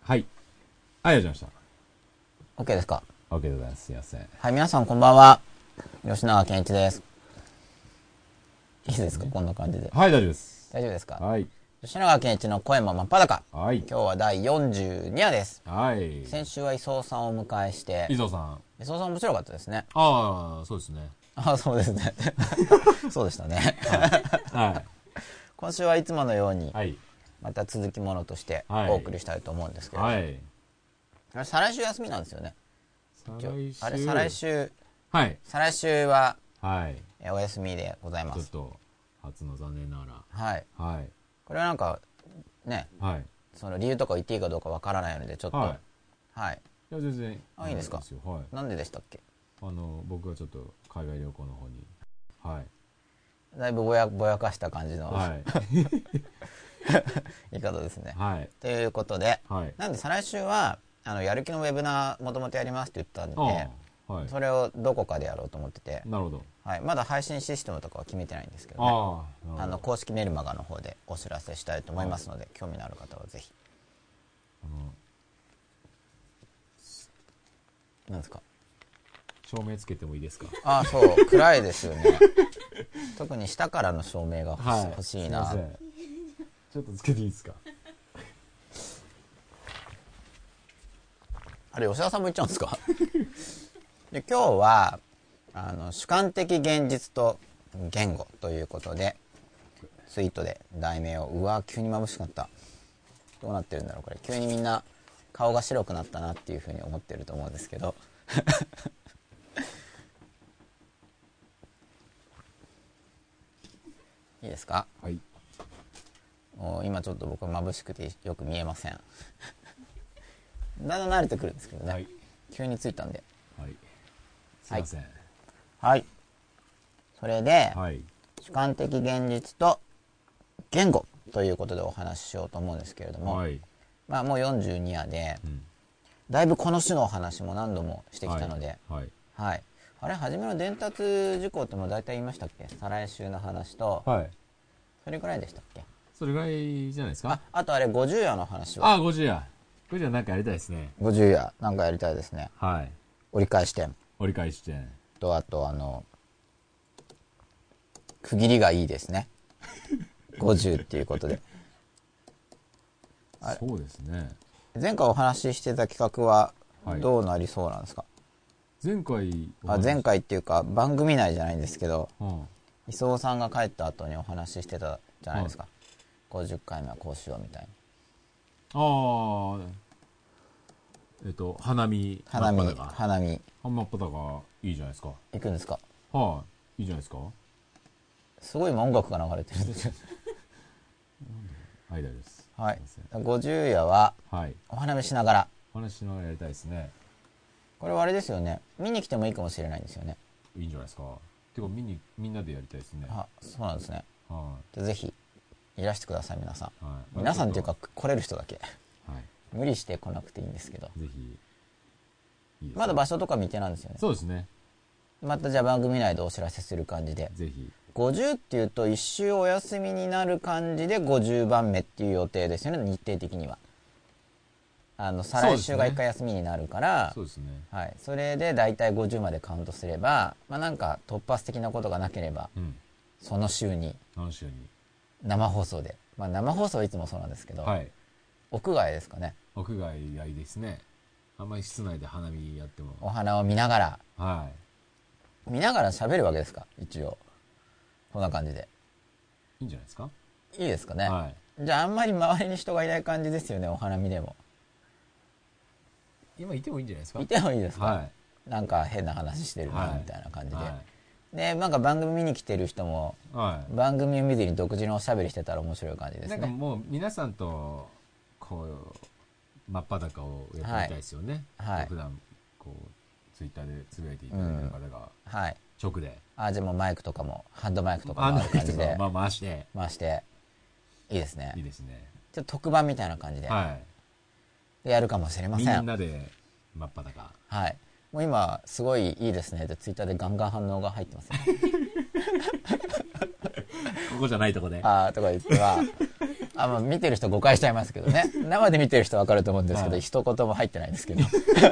はい。ありがとうございまし OK ですか？ OK でございます。すいません。 はい、皆さんこんばんは。吉永健一です。いいですか、こんな感じで。 はい、大丈夫です。 大丈夫ですか？ はい。 吉永健一の声も真っ裸。 はい。 今日は第42話です。 はい。 先週は磯尾さんをお迎えして。 伊藤さん。 磯尾さん面白かったですね。 ああ、そうですね。 あ、そうですね。そうでしたね。 はい。 今週はいつものように、 はい。 また続きものとしてはいお送りしたいと思うんですけど。 はい。 あれ、再来週休みなんですよね。あれ、再来週。 はい。 再来週は、 はい。 お休みでございます。 ちょっと、初の残念ながら。 はい。 はい。 これはなんか、ね。 はい。 その理由とか言っていいかどうかわからないので、ちょっと。はい。 はい。いや、全然。 あ、いいですか？ はい。 なんででしたっけ？ 僕がちょっと海外旅行の方に。はい。 だいぶぼやかした感じの。 はい。 言い方ですね。 はい。 ということで、 はい。 なんで再来週は、やる気のウェブナーもともとやりますって言ったんで、 はい。 それをどこかでやろうと思ってて。 なるほど。 はい。まだ配信システムとかは決めてないんですけどね。公式メルマガの方でお知らせしたいと思いますので、興味のある方はぜひ。なんですか？ 照明つけてもいいですか？ ああ、そう。暗いですよね。特に下からの照明が欲しいな。 すいません。ちょっとつけていいですか？ あれ、吉田さんも言っちゃうんですか？で、今日は主観的現実と言語ということでツイートで題名を、うわ急に眩しくなった、どうなってるんだろうこれ、急にみんな顔が白くなったなっていうふうに思ってると思うんですけどいいですか？ はい。 今ちょっと僕は眩しくてよく見えませんだんだん慣れてくるんですけどね、はい、急についたんで、 はい、すいません。 はい、それで、 はい、 主観的現実と言語ということでお話ししようと思うんですけれども、はい、まあもう42話で、だいぶこの種のお話も何度もしてきたので、はいはい、あれ、初めの伝達事項ってもう大体言いましたっけ？再来週の話と、はい、それぐらいでしたっけ？ それぐらいじゃないですか。 あとあれ50夜の話は。 50夜なんかやりたいですね。 50夜なんかやりたいですね。はい。折り返し点と、あと区切りがいいですね。50っていうことで。 そうですね。 前回お話ししてた企画はどうなりそうなんですか？ 前回っていうか番組内じゃないんですけど、磯尾さんが帰った後にお話ししてたじゃないですか。50回目はこうしようみたいな。 花見。 真っ裸いいじゃないですか。 行くんですか？ はい、いいじゃないですか。 すごい音楽が流れてるんですよ。 はい、大丈夫です。 はい。50夜はお花見しながら。 お話しながらやりたいですね。 これはあれですよね。見に来てもいいかもしれないんですよね。 いいんじゃないですか。てかみんなでやりたいですね。 そうなんですね。 はい。 ぜひいらしてください皆さん。はい、皆さんっていうか来れる人だけ。はい。無理して来なくていいんですけど。 ぜひ。 いいですね。まだ場所とか未定なんですよね。 そうですね。 またじゃあ番組内でお知らせする感じで。 ぜひ。 50っていうと1週お休みになる感じで50番目っていう予定ですよね、日程的には。再来週が1回休みになるから、 そうですね。 はい。それで大体50までカウントすれば、まあなんか突発的なことがなければ、その週に生放送で、まあ生放送はいつもそうなんですけど、はい、屋外ですかね。 屋外がいいですね。あんまり室内で花見やっても。 お花を見ながら、 はい。 見ながら喋るわけですか、一応。こんな感じで。 いいんじゃないですか。 いいですかね。 はい。 じゃああんまり周りに人がいない感じですよね、お花見でも。 今いてもいいんじゃないですか。 いてもいいですか。 はい。 なんか変な話してるな、みたいな感じで。はい、で、なんか番組見に来てる人も、はい、番組を見ずに独自のおしゃべりしてたら面白い感じですね。 なんかもう皆さんと、こう、真っ裸をやってみたいですよね。はい。普段、こう、ツイッターでつぶやいていただいてる方が、はい。直で。 じゃあもうマイクとかも、ハンドマイクとかもある感じで。 回して。 いいですね。 いいですね。 ちょっと特番みたいな感じで。はい。やるかもしれません。 みんなで真っ裸。 はい。もう今、すごいいいですねってツイッターでガンガン反応が入ってますね。 ここじゃないとこで。 とか言っては、 まあ、見てる人誤解しちゃいますけどね。生で見てる人は分かると思うんですけど、はい、一言も入ってないんですけど。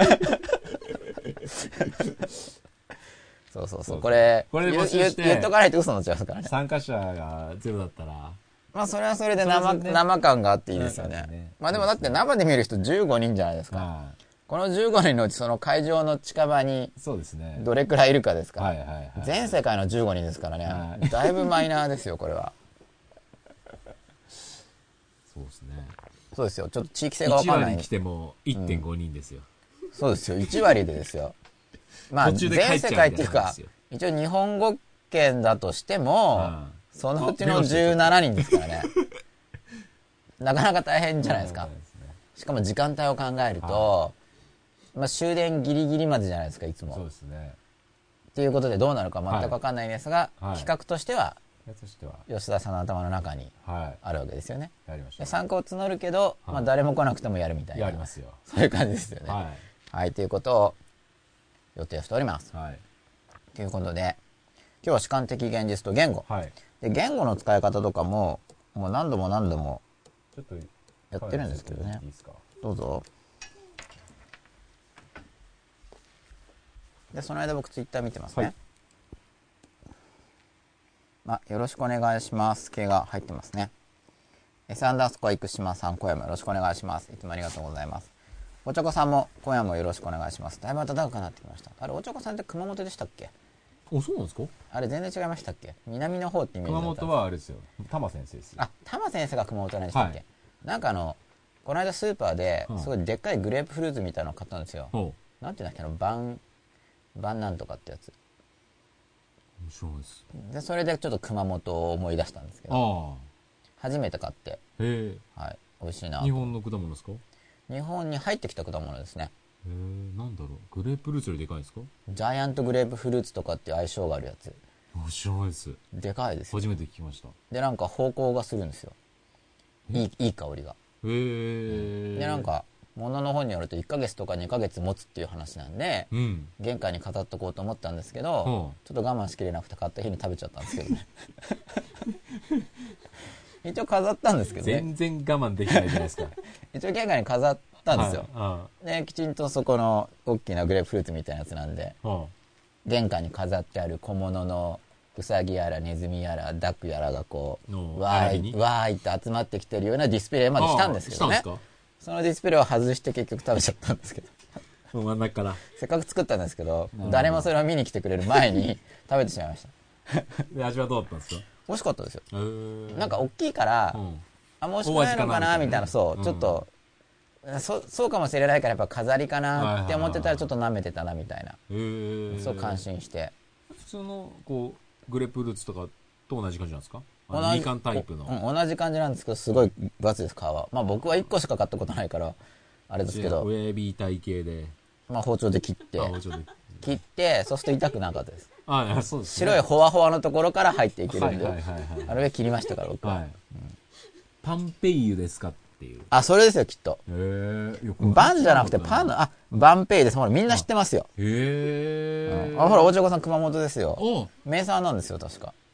そうそうそう。これで募集して言っとかないと嘘になっちゃいますからね。 参加者がゼロだったら。 まあそれはそれで生感があっていいですよね。まあでもだって生で見る人15人じゃないですか。この15人のうちその会場の近場にどれくらいいるかですから。全世界の15人ですからね。だいぶマイナーですよ、これは。 そうですね。 そうですよ。ちょっと地域性が分かんない。 1割来ても 1.5 人ですよ。 そうですよ。1割でですよ。まあ全世界っていうか、一応日本語圏だとしても、そのうちの17人ですからね。なかなか大変じゃないですか。しかも時間帯を考えると、まあ終電ギリギリまでじゃないですか、いつも。 そうですね。 ということでどうなるか全く分かんないですが、企画としては、吉田さんの頭の中にあるわけですよね。参加を募るけど、まあ誰も来なくてもやるみたいな。 やりますよ。 そういう感じですよね。はい、ということを予定しております。ということで、今日は主観的現実と言語。で言語の使い方とかも、もう何度もやってるんですけどね。どうぞ。で、その間僕ツイッター見てますね。よろしくお願いします。系が入ってますね。S_生島さん、今夜もよろしくお願いします。いつもありがとうございます。おちょこさんも今夜もよろしくお願いします。だいぶ暖かくなってきました。あれ、おちょこさんって熊本でしたっけ？ そうなんですか？ あれ全然違いましたっけ？南の方ってイメージだったんです。 熊本はあれですよ。玉先生です。 玉先生が熊本なんでしたっけ？なんかこの間スーパーで、すごいでっかいグレープフルーツみたいなのを買ったんですよ。なんていうんだっけ、バンなんとかってやつ。 面白いです。 で、それでちょっと熊本を思い出したんですけど、初めて買って、はい、美味しいな。 日本の果物ですか？ 日本に入ってきた果物ですね。 なんだろう、グレープフルーツよりでかいですか？ジャイアントグレープフルーツとかって相性があるやつ。 面白いです。 でかいですよ。 初めて聞きました。 で、なんか芳香がするんですよ。いい香りが。で、なんか物の本によると1ヶ月とか2ヶ月持つっていう話なんで、玄関に飾っとこうと思ったんですけど、ちょっと我慢しきれなくて買った日に食べちゃったんですけどね。一応飾ったんですけどね。 全然我慢できないじゃないですか。 一応玄関に飾ったんですよ。で、きちんとそこの大きなグレープフルーツみたいなやつなんで、玄関に飾ってある小物のウサギやらネズミやらダックやらがこう、わーいって集まってきてるようなディスプレイまでしたんですけどね。そのディスプレイを外して結局食べちゃったんですけど。 真ん中から。 せっかく作ったんですけど、誰もそれを見に来てくれる前に食べてしまいました。 で、味はどうだったんですか？ 美味しかったですよ。なんか大きいから、もう美味しくないのかなみたいな、ちょっと、そうかもしれないからやっぱ飾りかなって思ってたらちょっと舐めてたなみたいな。そう感心して。 普通のグレープフルーツとかと同じ感じなんですか？みかんタイプの。 同じ感じなんですけど、すごい分厚いです、皮は。まあ僕は1個しか買ったことないから、あれですけど。 ウェービー体系で。 まあ包丁で切って、そうすると痛くなかったです。 そうですね。 白いホワホワのところから入っていけるんで、あれは切りましたから、僕は。 パンペイユですかっていう。 それですよ、きっと。バンじゃなくてパンの、バンペイです。ほら、みんな知ってますよ。ほら、おちょこさん熊本ですよ。名産なんですよ、確か。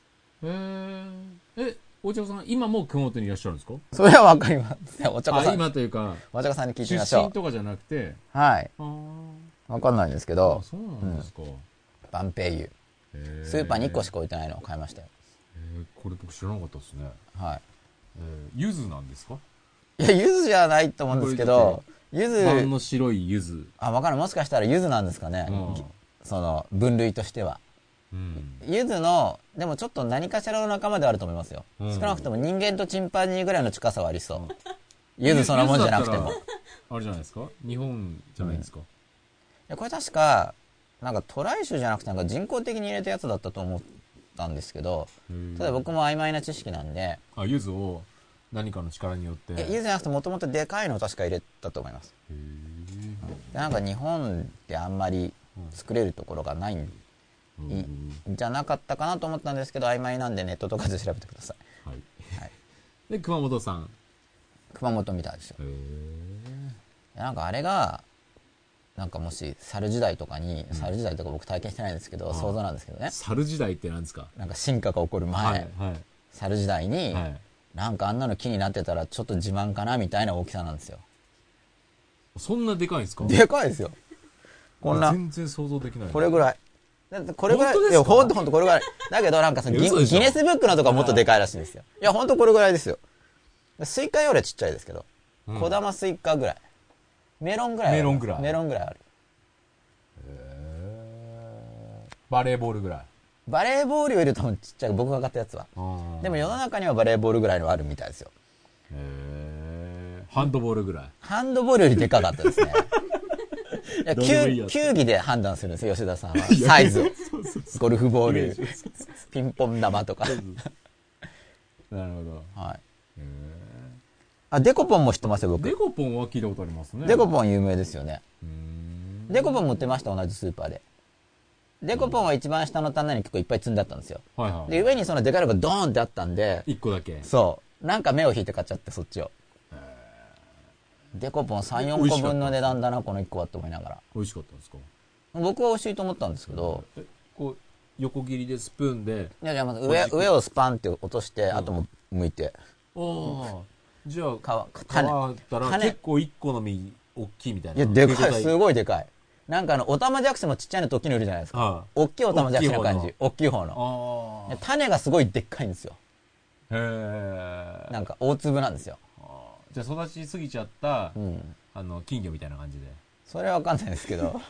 おちょこさん、今も熊本にいらっしゃるんですか？ それはわかりますね。おちょこさん。 今というか、 おちょこさんに聞いてみましょう。 出身とかじゃなくて。 はい。わかんないんですけど。 そうなんですか。 バンペイユ。スーパーに1個しか置いてないのを買いましたよ。 これ僕知らなかったですね。 はい。 柚子なんですか？ いや、柚子じゃないと思うんですけど、柚子。 パンの白い柚子。 わかる。もしかしたら柚子なんですかね。その、分類としては。柚子の、でもちょっと何かしらの仲間ではあると思いますよ。少なくとも人間とチンパンジーぐらいの近さはありそう。柚子そのもんじゃなくても。 あれじゃないですか？日本じゃないですか？いや、これ確か、なんかトライ種じゃなくてなんか人工的に入れたやつだったと思ったんですけど、ただ僕も曖昧な知識なんで。 柚子を何かの力によって。 柚子じゃなくてもともとでかいのを確か入れたと思います。でなんか日本であんまり作れるところがないんじゃなかったかなと思ったんですけど、曖昧なんでネットとかで調べてください。 で、熊本さん。 熊本みたいですよ。なんかあれが、なんかもし猿時代とかに、猿時代とか僕体験してないんですけど、想像なんですけどね。 猿時代って何ですか？ なんか進化が起こる前、猿時代に、 なんかあんなの木になってたらちょっと自慢かなみたいな大きさなんですよ。 そんなでかいんですか？ でかいですよ。こんな。 全然想像できない。 これぐらい。これぐらい。 本当ですか？ いや、ほんとこれぐらい。だけどなんかギネスブックのとかもっとでかいらしいんですよ。いや、ほんとこれぐらいですよ。スイカよりはちっちゃいですけど。小玉スイカぐらい。メロンぐらいある。 メロンぐらい。 メロンぐらいある。 バレーボールぐらい。 バレーボールより多分ちっちゃい、僕が買ったやつは。でも世の中にはバレーボールぐらいのあるみたいですよ。 ハンドボールぐらい。 ハンドボールよりでかかったですね。球技で判断するんですよ、吉田さんは。サイズを。ゴルフボール、ピンポン玉とか。 なるほど。 はい。あ、デコポンも知ってますよ、僕。 デコポンは聞いたことありますね。 デコポン有名ですよね。デコポンも売ってました、同じスーパーで。デコポンは一番下の棚に結構いっぱい積んであったんですよ。はいはい。で、上にそのでかいのがドーンってあったんで。 一個だけ。 そう。なんか目を引いて買っちゃって、そっちを。デコポン3、4個分の値段だな、この1個はって思いながら。 美味しかったんですか？ 僕は美味しいと思ったんですけど。 こう、横切りでスプーンで。 いや、まず上をスパンって落として、あとも剥いて。 じゃあ、皮ったら結構1個の実、大きいみたいな。 いや、でかい、すごいでかい。なんかオタマジャクシもちっちゃいのと大きいのいるじゃないですか。大きいオタマジャクシの感じ。大きい方の。種がすごいでっかいんですよ。なんか大粒なんですよ。 じゃあ育ちすぎちゃった、金魚みたいな感じで。 それはわかんないですけど。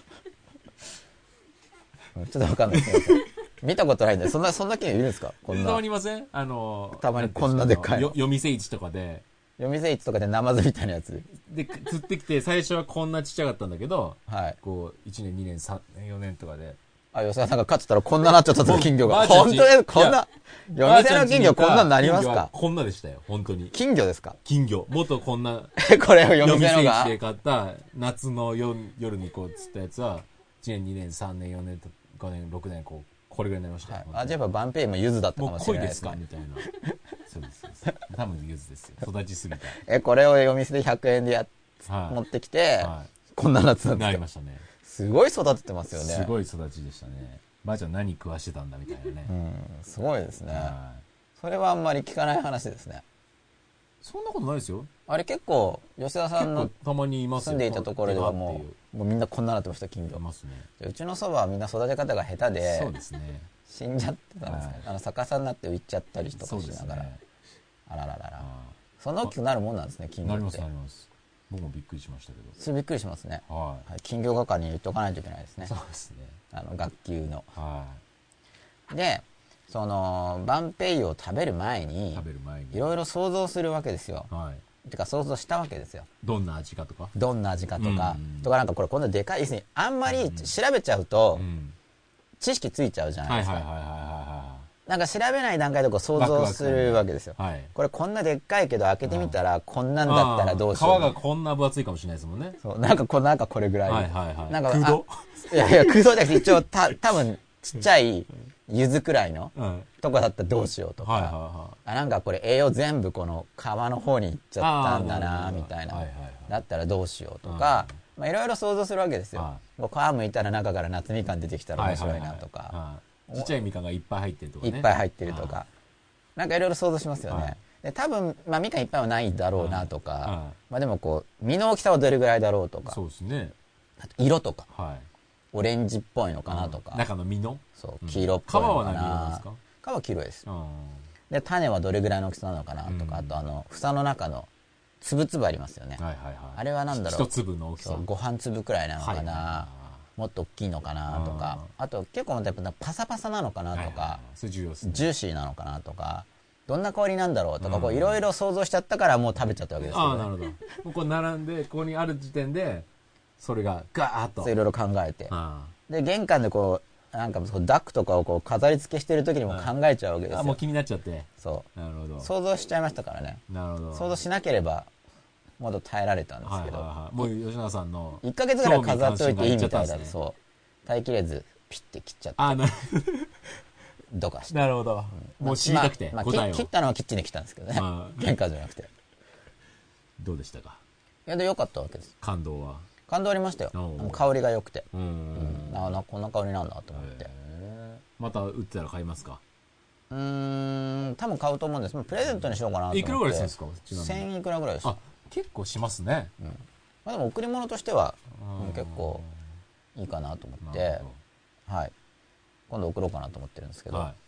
ちょっとわかんないです。見たことないんで、そんな金魚いるんですか？こんな。 たまにいません？ たまにこんなでっかい。 夜店市とかで。 夜店市とかでナマズみたいなやつ。 で、釣ってきて、最初はこんなちっちゃかったんだけど、 はい。 こう、1年、2年、3年、4年とかで。 あ、吉田さんが勝ってたらこんななっちゃったぞ、金魚が。本当にこんな、夜店の金魚こんなになりますか？ こんなでしたよ、本当に。 金魚ですか？ 金魚。元こんな。 これを夜店のが。 夜店市で買った夏の夜にこう釣ったやつは、1年、2年、3年、4年、5年、6年、こう、これぐらいになりましたよ。 あ、じゃあやっぱバンペイも柚子だったかもしれないですね。 もう濃いですかみたいな。そうです。多分柚子ですよ。育ちすぎた。 これを夜店で100円で持ってきて、こんな夏なんですか？ なりましたね。 すごい育ててますよね。 すごい育ちでしたね。ばあちゃん何食わしてたんだみたいなね。 すごいですね。それはあんまり聞かない話ですね。 そんなことないですよ。 あれ結構、吉田さんのたまにいます住んでいたところではもうみんなこんななってました、金魚。 いますね。 うちのそばはみんな育て方が下手で、 そうですね。 死んじゃってたんですね。逆さになって浮いちゃったりとかしながら。あらららら。そんな大きくなるもんなんですね、金魚って。 なります。僕もびっくりしましたけど。 それびっくりしますね。金魚係に言っとかないといけないですね。 そうですね。 学級の。で、その、バンペイユを食べる前に、いろいろ想像するわけですよ。てか想像したわけですよ。 どんな味かとか。 とか、なんかこれこんなでかいですね。あんまり調べちゃうと、知識ついちゃうじゃないですか。なんか調べない段階でこう想像するわけですよ。これこんなでっかいけど開けてみたらこんなんだったらどうしよう。 皮がこんな分厚いかもしれないですもんね。 そう、なんかこれぐらい。 なんか空洞？ いや、空洞じゃなくて一応多分ちっちゃい柚子くらいのとこだったらどうしようとか。なんかこれ栄養全部この皮の方にいっちゃったんだなみたいな。だったらどうしようとか、いろいろ想像するわけですよ。皮むいたら中から夏みかん出てきたら面白いなとか。 ちっちゃいみかんがいっぱい入ってるとかね。 いっぱい入ってるとか。なんかいろいろ想像しますよね。で多分、みかんいっぱいはないだろうなとか、でもこう、実の大きさはどれぐらいだろうとか。 そうですね。 色とか。オレンジっぽいのかなとか。 中の実の？ そう、黄色っぽいのかな。 皮は何色ですか？ 皮は黄色いです。で、種はどれぐらいの大きさなのかなとか、あと房の中のつぶつぶありますよね。あれはなんだろう。 一粒の大きさ。 ご飯粒くらいなのかな。もっと大きいのかなとか、あと結構やっぱパサパサなのかなとか、ジューシーなのかなとか、どんな香りなんだろうとか、いろいろ想像しちゃったからもう食べちゃったわけですけど。 なるほど。ここ並んで、ここにある時点で、それがガーッと。 いろいろ考えて。で、玄関でこう、なんかダックとかをこう飾り付けしてる時にも考えちゃうわけですよ。 もう気になっちゃって。 そう。 なるほど。 想像しちゃいましたからね。 なるほど。 想像しなければ、もっと耐えられたんですけど。 もう吉永さんの。 1ヶ月ぐらい飾っておいていいみたいだと、そう。耐えきれず、ピッて切っちゃって。 なるほど。 どかして。 なるほど。もう知りたくて、答えを。 切ったのはキッチンで切ったんですけどね。玄関じゃなくて。 どうでしたか？ いや、で、良かったわけです。 感動は？ 感動ありましたよ。香りが良くて。こんな香りなんだと思って。 また売ってたら買いますか？ 多分買うと思うんです。プレゼントにしようかなと思って。 いくらぐらいするんですか ？1000いくらぐらいです。 あ、結構しますね。 まあでも贈り物としては結構いいかなと思って、はい。今度送ろうかなと思ってるんですけど。はい。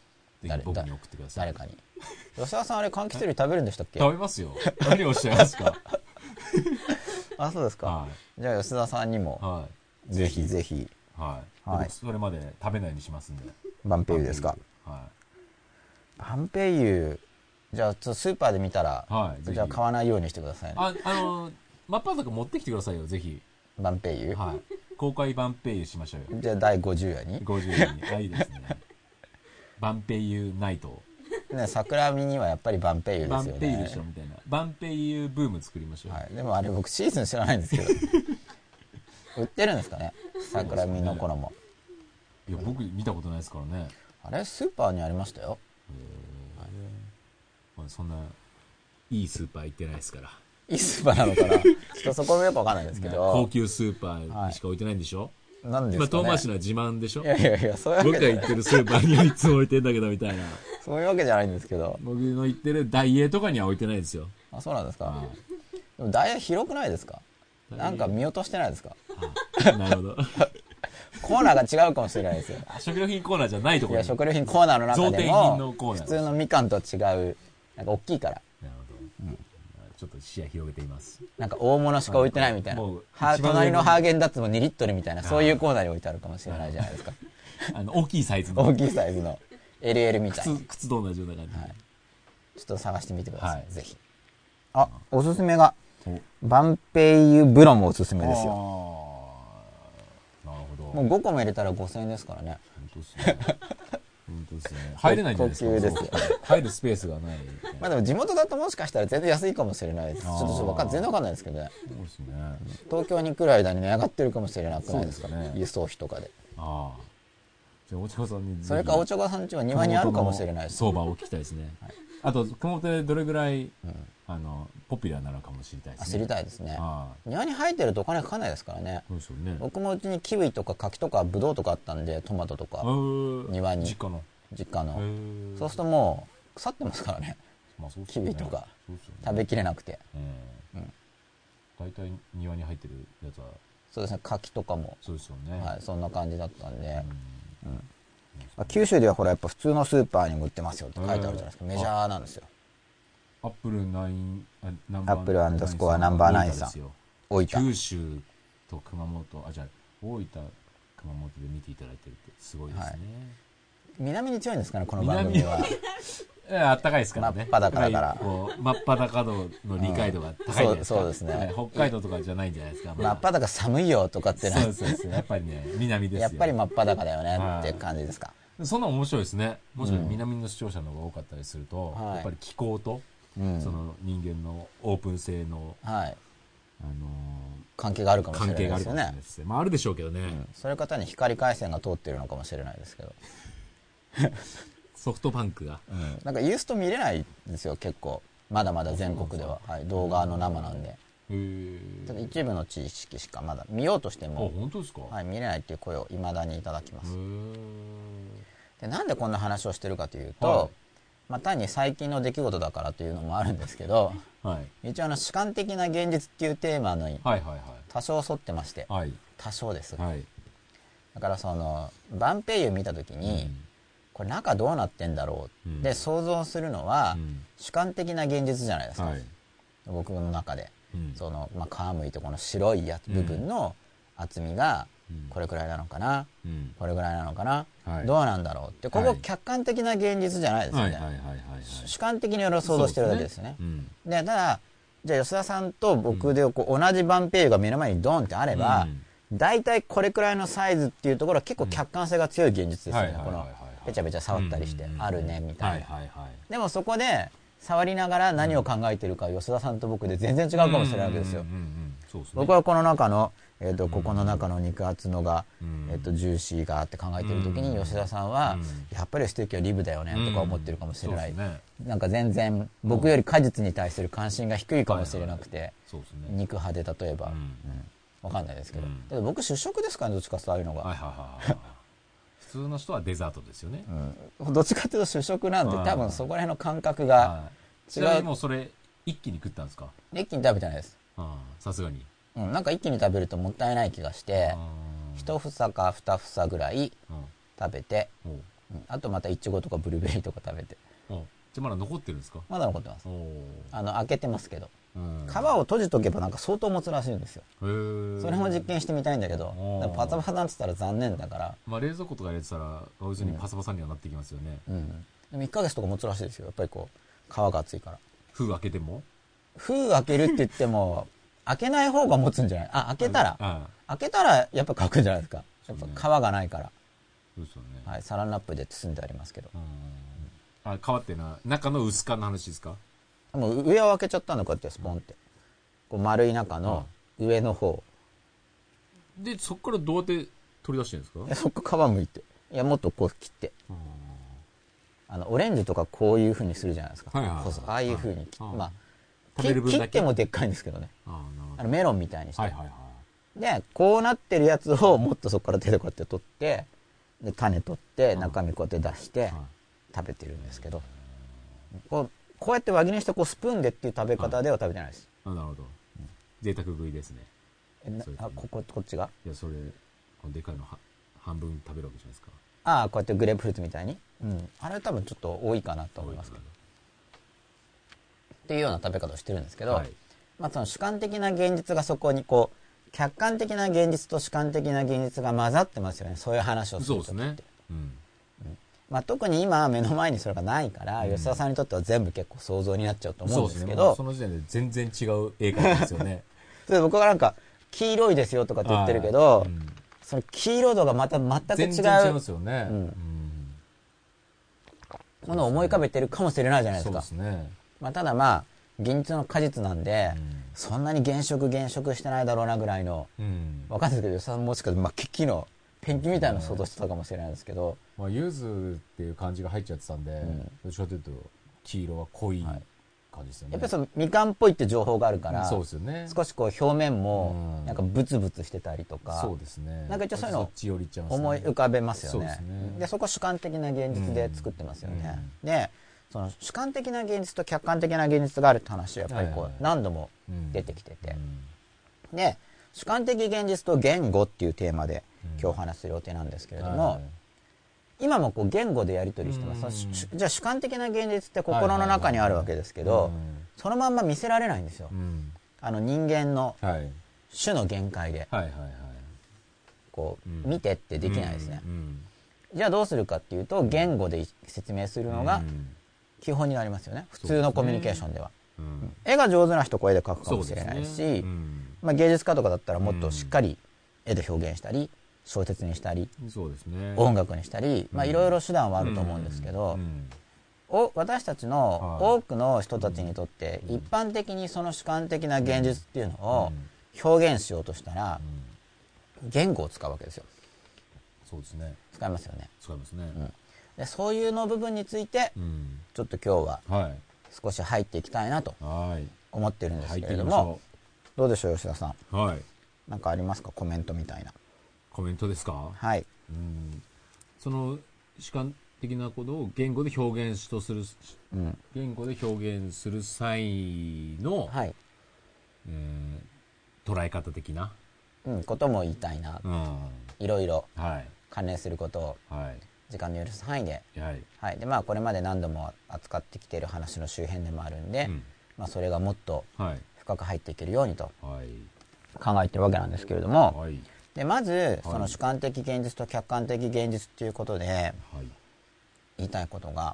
ぜひ僕に送ってください。 誰かに。吉田さんあれ柑橘類食べるんでしたっけ？ 食べますよ。何をおっしゃいますか？ あ、そうですか。はい、じゃあ吉田さんにも、はい、ぜひぜひ。 はい。僕それまで食べないようにしますんで。 バンペイユですか？はい。バンペイユ、じゃあスーパーで見たら、はい、じゃあ買わないようにしてくださいね。 マッパーとか持ってきてくださいよ、ぜひ。 バンペイユ？ はい。公開バンペイユしましょうよ。 じゃあ第50夜に ?50 夜に。いいですね。バンペイユナイト。 ね、桜見にはやっぱりバンペイユですよね。 バンペイユでしょみたいな。バンペイユブーム作りましょう。 はい。でもあれ僕シーズン知らないんですけど。売ってるんですかね、桜見の頃も。 いや、僕見たことないですからね。 あれスーパーにありましたよ。 そんないいスーパー行ってないですから。 いいスーパーなのかな。ちょっとそこもよくわかんないですけど。 高級スーパーにしか置いてないんでしょ？ なんですかね。 今遠回しな自慢でしょ？ いやいやいや、そういうわけ僕が行ってるスーパーにはいつも置いてんだけどみたいな。 そういうわけじゃないんですけど。 僕の行ってるダイエーとかには置いてないですよ。 あ、そうなんですか。でもダイエー広くないですか？なんか見落としてないですか？ なるほど。 コーナーが違うかもしれないですよ。 食料品コーナーじゃないところ。 いや、食料品コーナーの中でも普通のみかんとは違う、なんか大きいから。 なるほど。ちょっと視野広げています。 なんか大物しか置いてないみたいな。隣のハーゲンダッツも2リットルみたいな、そういうコーナーに置いてあるかもしれないじゃないですか。 大きいサイズの。 大きいサイズの LL みたいな。 靴と同じような感じ。はい。 ちょっと探してみてください。ぜひ。あ、おすすめがバンペイユブロもおすすめですよ。 なるほど。 もう5個も入れたら5000円ですからね。 本当ですね。本当ですね。入れないんじゃないですか。 高級ですよ。 入るスペースがない。 まあでも地元だともしかしたら全然安いかもしれないです。ちょっと全然わかんないですけどね。 そうですね。 東京に来る間に値上がってるかもしれなくないですかね。輸送費とかで。 ああ。じゃあお茶子さんに。 それかお茶子さん家は庭にあるかもしれないです。 相場を聞きたいですね。あと熊本でどれぐらいポピュラーなのかも知りたいですね。 知りたいですね。庭に生えてるとお金かかんないですからね。 そうですよね。 僕もうちにキウイとか柿とかブドウとかあったんで、トマトとか庭に。実家の。そうするともう腐ってますからね。キウイとか食べきれなくて。 大体庭に入ってるやつはそうですね、柿とかもそうですよね。 はい、そんな感じだったんで。九州ではほらやっぱ普通のスーパーにも売ってますよって書いてあるじゃないですか。メジャーなんですよ。 アップル9 アップルアンダースコアナンバー9さん。大分。 九州と熊本、じゃあ大分熊本で見ていただいてるってすごいですね。 南に強いんですかね、この番組は。 あったかいですからね。 真っ裸だから。 真っ裸度の理解度が高いです。 そうですね。 北海道とかじゃないんじゃないですか。 真っ裸寒いよとかってそうですやっぱりね、南ですよ。 やっぱり真っ裸だよねって感じですか。 そんな面白いですね。もし南の視聴者の方が多かったりすると、やっぱり気候とその人間のオープン性の関係があるかもしれないですよね。 まああるでしょうけどね。 そういう方に光回線が通ってるのかもしれないですけど。 ソフトバンクが、 なんかユースト見れないんですよ、結構まだまだ全国では、動画の生なんで。ただ一部の知識しかまだ見ようとしても本当ですか、 見れないっていう声を未だにいただきます。でなんでこんな話をしてるかというと、単に最近の出来事だからというのもあるんですけど、一応主観的な現実っていうテーマに多少沿ってまして、多少です、だからそのバンペイユ見た時に、これ中どうなってんだろうって想像するのは主観的な現実じゃないですか、僕の中で。その皮むいてこの白い部分の厚みがこれくらいなのかな、これぐらいなのかな、どうなんだろうって、ここ客観的な現実じゃないですよね。主観的にいろいろ想像してるだけですよね。でただじゃあ吉田さんと僕で同じバンペイユが目の前にドンってあれば、大体これくらいのサイズっていうところは結構客観性が強い現実ですよね。このペチャペチャ触ったりしてあるねみたいな。でもそこで触りながら何を考えてるか吉田さんと僕で全然違うかもしれないわけですよ。僕はこの中の、ここの中の肉厚のが、ジューシーがって考えてる時に吉田さんは、やっぱりステーキはリブだよねとか思ってるかもしれない。なんか全然僕より果実に対する関心が低いかもしれなくて、肉派で例えば、わかんないですけど、僕主食ですからね、どっちかというとああいうのが。 普普通の人はデザートですよね。 どっちかっていうと主食なんで、多分そこら辺の感覚が違う。 ちなみにもうそれ一気に食ったんですか？ 一気に食べてないです。 さすがに。 なんか一気に食べるともったいない気がして、一房か二房ぐらい食べて、あとまたイチゴとかブルーベリーとか食べて。 じゃあまだ残ってるんですか？ まだ残ってます。開けてますけど。皮を閉じとけばなんか相当持つらしいんですよ。それも実験してみたいんだけど、パサパサなんつったら残念だから。 まあ冷蔵庫とか入れてたら確実にパサパサにはなってきますよね。 でも1ヶ月とか持つらしいですよ。やっぱりこう皮が厚いから。 封開けても？ 封開けるって言っても開けない方が持つんじゃない？開けたらやっぱ乾くんじゃないですか。やっぱ皮がないから。 そうですよね。 はい、サランラップで包んでありますけど。 皮っていうのは中の薄皮の話ですか？ もう上を開けちゃったのこうやってスポンってこう丸い中の上の方で、そこからどうやって取り出してるんですか？ そこ皮むいて、いやもっとこう切って、オレンジとかこういう風にするじゃないですか。ああいう風に切って、まあ切ってもでっかいんですけどね。メロンみたいにして、でこうなってるやつをもっとそこから手でこうやって取って、で種取って中身こうやって出して食べてるんですけど、こうやって輪切りにしてこうスプーンでっていう食べ方では食べてないです。 なるほど。贅沢食いですね。 こっちが？ いや、それこのでかいの半分食べるわけじゃないですか。 こうやってグレープフルーツみたいに、あれは多分ちょっと多いかなと思いますけどっていうような食べ方をしてるんですけど、まあその主観的な現実がそこにこう客観的な現実と主観的な現実が混ざってますよね。そういう話をするときって。そうですね。まあ、特に今目の前にそれがないから、吉田さんにとっては全部結構想像になっちゃうと思うんですけど、 その時点で全然違う絵描きですよね。 で僕がなんか黄色いですよとかって言ってるけど、その黄色度がまた全く違う全然違いますよね。 ものを思い浮かべてるかもしれないじゃないですか。 そうですね。 まあ、ただまあ現実の果実なんで、そんなに減色してないだろうなぐらいの、わかんないですけど、吉田さんもしかして黄色のペンキみたいな想像してたかもしれないですけど、 まあ、柚子っていう感じが入っちゃってたんで、どっちかというと黄色は濃い感じですよね。 やっぱりそのみかんっぽいって情報があるから、 そうですよね。 少しこう表面もなんかブツブツしてたりとか、 そうですね。 なんか一応そういうのを思い浮かべますよね。でそこ主観的な現実で作ってますよね。でその主観的な現実と客観的な現実があるって話はやっぱりこう何度も出てきてて、で主観的現実と言語っていうテーマで今日お話しする予定なんですけれども、今もこう言語でやり取りしてます。じゃあ主観的な現実って心の中にあるわけですけど、そのまんま見せられないんですよ。人間の種の限界でこう見てってできないですね。じゃあどうするかっていうと、言語で説明するのが基本になりますよね。普通のコミュニケーションでは。絵が上手な人は声で描くかもしれないし、まあ芸術家とかだったらもっとしっかり絵で表現したり小説にしたり、音楽にしたり、まあいろいろ手段はあると思うんですけど、私たちの多くの人たちにとって一般的にその主観的な現実っていうのを表現しようとしたら言語を使うわけですよ。 そうですね。 使いますよね。 使いますね。 でそういうの部分についてちょっと今日は少し入っていきたいなと思ってるんですけれども、どうでしょう吉田さん。何かありますか？コメントみたいな。 コメントですか？ はい。 その主観的なことを言語で表現とする、言語で表現する際の、捉え方的な、 ことも言いたいな。いろいろ関連することを時間の許す範囲で、でまあこれまで何度も扱ってきている話の周辺でもあるんで、まあそれがもっと深く入っていけるようにと考えてるわけなんですけれども。でまずその主観的現実と客観的現実っていうことで言いたいことが、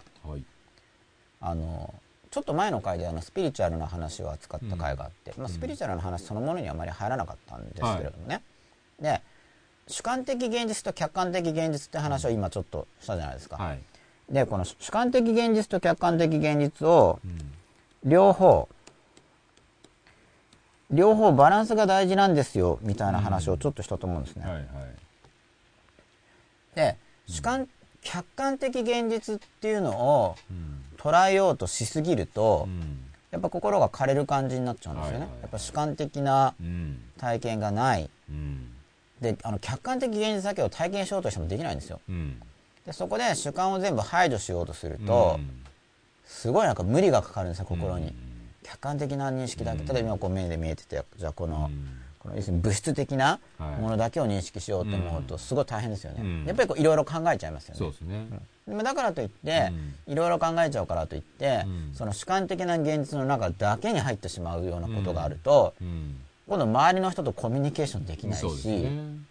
ちょっと前の回でスピリチュアルな話を扱った回があって、スピリチュアルな話そのものにはあまり入らなかったんですけれどもね、で主観的現実と客観的現実って話を今ちょっとしたじゃないですか。でこの主観的現実と客観的現実を両方バランスが大事なんですよみたいな話をちょっとしたと思うんですね。で客観的現実っていうのを捉えようとしすぎると、やっぱ心が枯れる感じになっちゃうんですよね。やっぱ主観的な体験がないで客観的現実だけを体験しようとしてもできないんですよ、でそこで主観を全部排除しようとすると、すごいなんか無理がかかるんですよ心に、客観的な認識だけ、例えば今こう目で見えてて、じゃあこの要するに物質的なものだけを認識しようと思うとすごい大変ですよね、やっぱりいろいろ考えちゃいますよね。 そうですね、 でもだからといっていろいろ考えちゃうからといって、その主観的な現実の中だけに入ってしまうようなことがあると、今度周りの人とコミュニケーションできないし、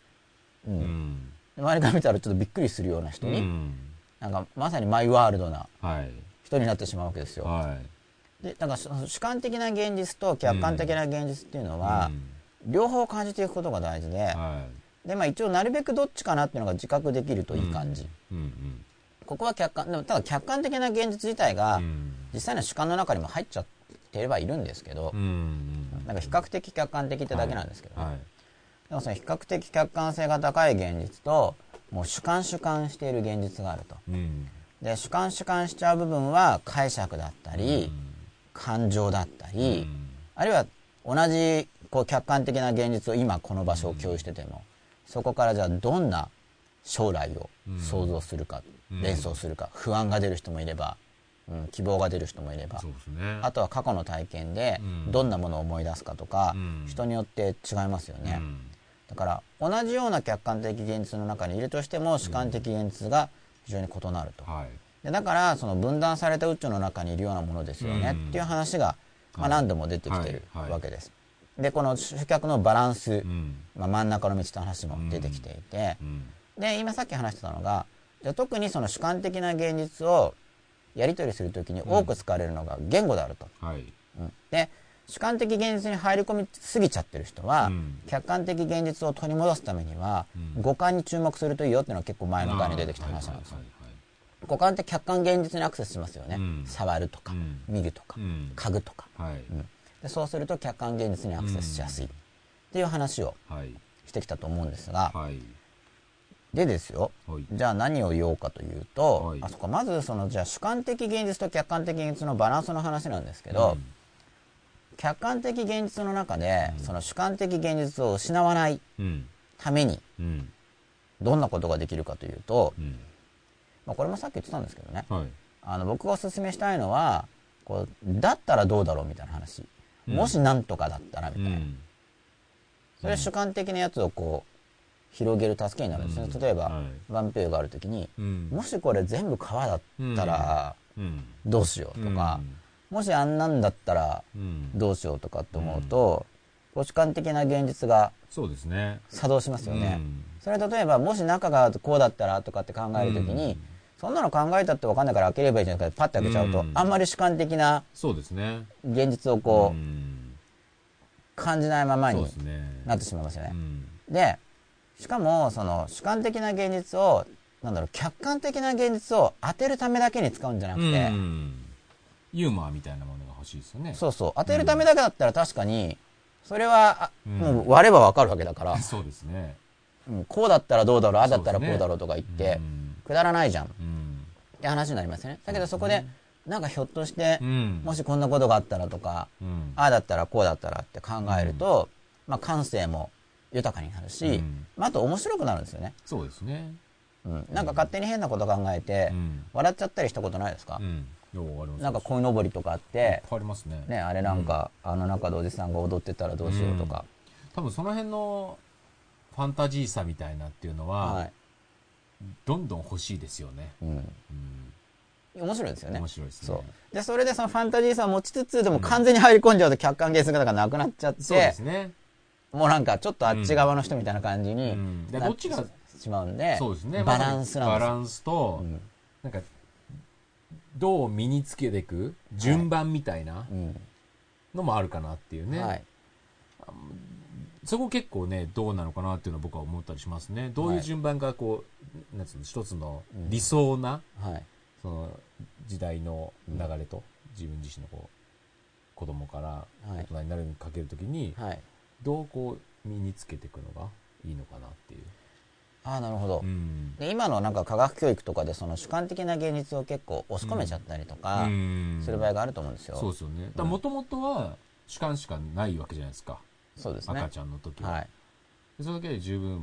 周りから見たらちょっとびっくりするような人に、なんかまさにマイワールドな人になってしまうわけですよ、でだからその主観的な現実と客観的な現実っていうのは、両方感じていくことが大事で、で一応なるべくどっちかなっていうのが自覚できるといい感じ、ここはでもただ客観的な現実自体が実際の主観の中にも入っちゃっていればいるんですけど、なんか比較的客観的ってだけなんですけどね、でもその比較的客観性が高い現実ともう主観している現実があると、で主観しちゃう部分は解釈だったり、感情だったり、あるいは同じこう客観的な現実を今この場所を共有してても、そこからじゃあどんな将来を想像するか、連想するか、不安が出る人もいれば、希望が出る人もいれば、あとは過去の体験でどんなものを思い出すかとか、人によって違いますよね、だから同じような客観的現実の中にいるとしても主観的現実が非常に異なると、でだからその分断された宇宙の中にいるようなものですよねっていう話が、何度も出てきてるわけです、でこの主客のバランス、真ん中の道という話も出てきていて、で今さっき話してたのが、じゃあ特にその主観的な現実をやり取りするときに多く使われるのが言語であると、で主観的現実に入り込みすぎちゃってる人は、客観的現実を取り戻すためには、五感に注目するといいよっていうのは結構前の回に出てきた話なんですよ。五感って客観現実にアクセスしますよね、触るとか、見るとか、嗅ぐとか、でそうすると客観現実にアクセスしやすいっていう話をしてきたと思うんですが、でですよ、じゃあ何を言おうかというと、まずそのじゃあ主観的現実と客観的現実のバランスの話なんですけど、客観的現実の中でその主観的現実を失わないためにどんなことができるかというと、これもさっき言ってたんですけどね、僕がおすすめしたいのはこうだったらどうだろうみたいな話、もしなんとかだったらみたいな、それ主観的なやつをこう広げる助けになるんですね、例えば、ワンペーがあるときに、もしこれ全部川だったらどうしようとか、もしあんなんだったらどうしようとかって思うと、主観的な現実が作動しますよね、それ例えばもし中がこうだったらとかって考えるときに、そんなの考えたって分かんないから開ければいいじゃないか、パッて開けちゃうと、あんまり主観的な現実をこう感じないままになってしまいますよね。でしかもその主観的な現実を客観的な現実を当てるためだけに使うんじゃなくて、 ユーモアみたいなものが欲しいですよね。 そうそう、当てるためだけだったら確かにそれはもう割れば分かるわけだから、 そうですね、 こうだったらどうだろう、ああだったらこうだろうとか言ってくだらないじゃんって話になりますよね。だけどそこでなんかひょっとしてもしこんなことがあったらとか、ああだったらこうだったらって考えると、感性も豊かになるし、あと面白くなるんですよね。 そうですね、 なんか勝手に変なこと考えて笑っちゃったりしたことないですか？なんか鯉のぼりとかあって、 ありますね。 あれなんか、あの中でおじさんが踊ってたらどうしようとか、 多分その辺のファンタジーさみたいなっていうのは、どんどん欲しいですよね。 面白いですよね。 面白いですね。 でそれでそのファンタジーさを持ちつつ、でも完全に入り込んじゃうと客観現実がなくなっちゃって、 そうですね、 もうなんかちょっとあっち側の人みたいな感じにどっちがしまうんで、 そうですね、 バランスなんです。 バランスと、なんかどう身につけていく順番みたいなのもあるかなっていうね、そこ結構ねどうなのかなっていうのは僕は思ったりしますね。どういう順番がこう、なんつうの、一つの理想な、その時代の流れと、自分自身のこう子供から大人になるにかけるときに、どうこう身につけていくのがいいのかなっていう。 なるほど、で今のなんか科学教育とかでその主観的な現実を結構押し込めちゃったりとかする場合があると思うんですよ。 そうですよね。もともとは主観しかないわけじゃないですか。そうですね。赤ちゃんの時は、そのだけで十分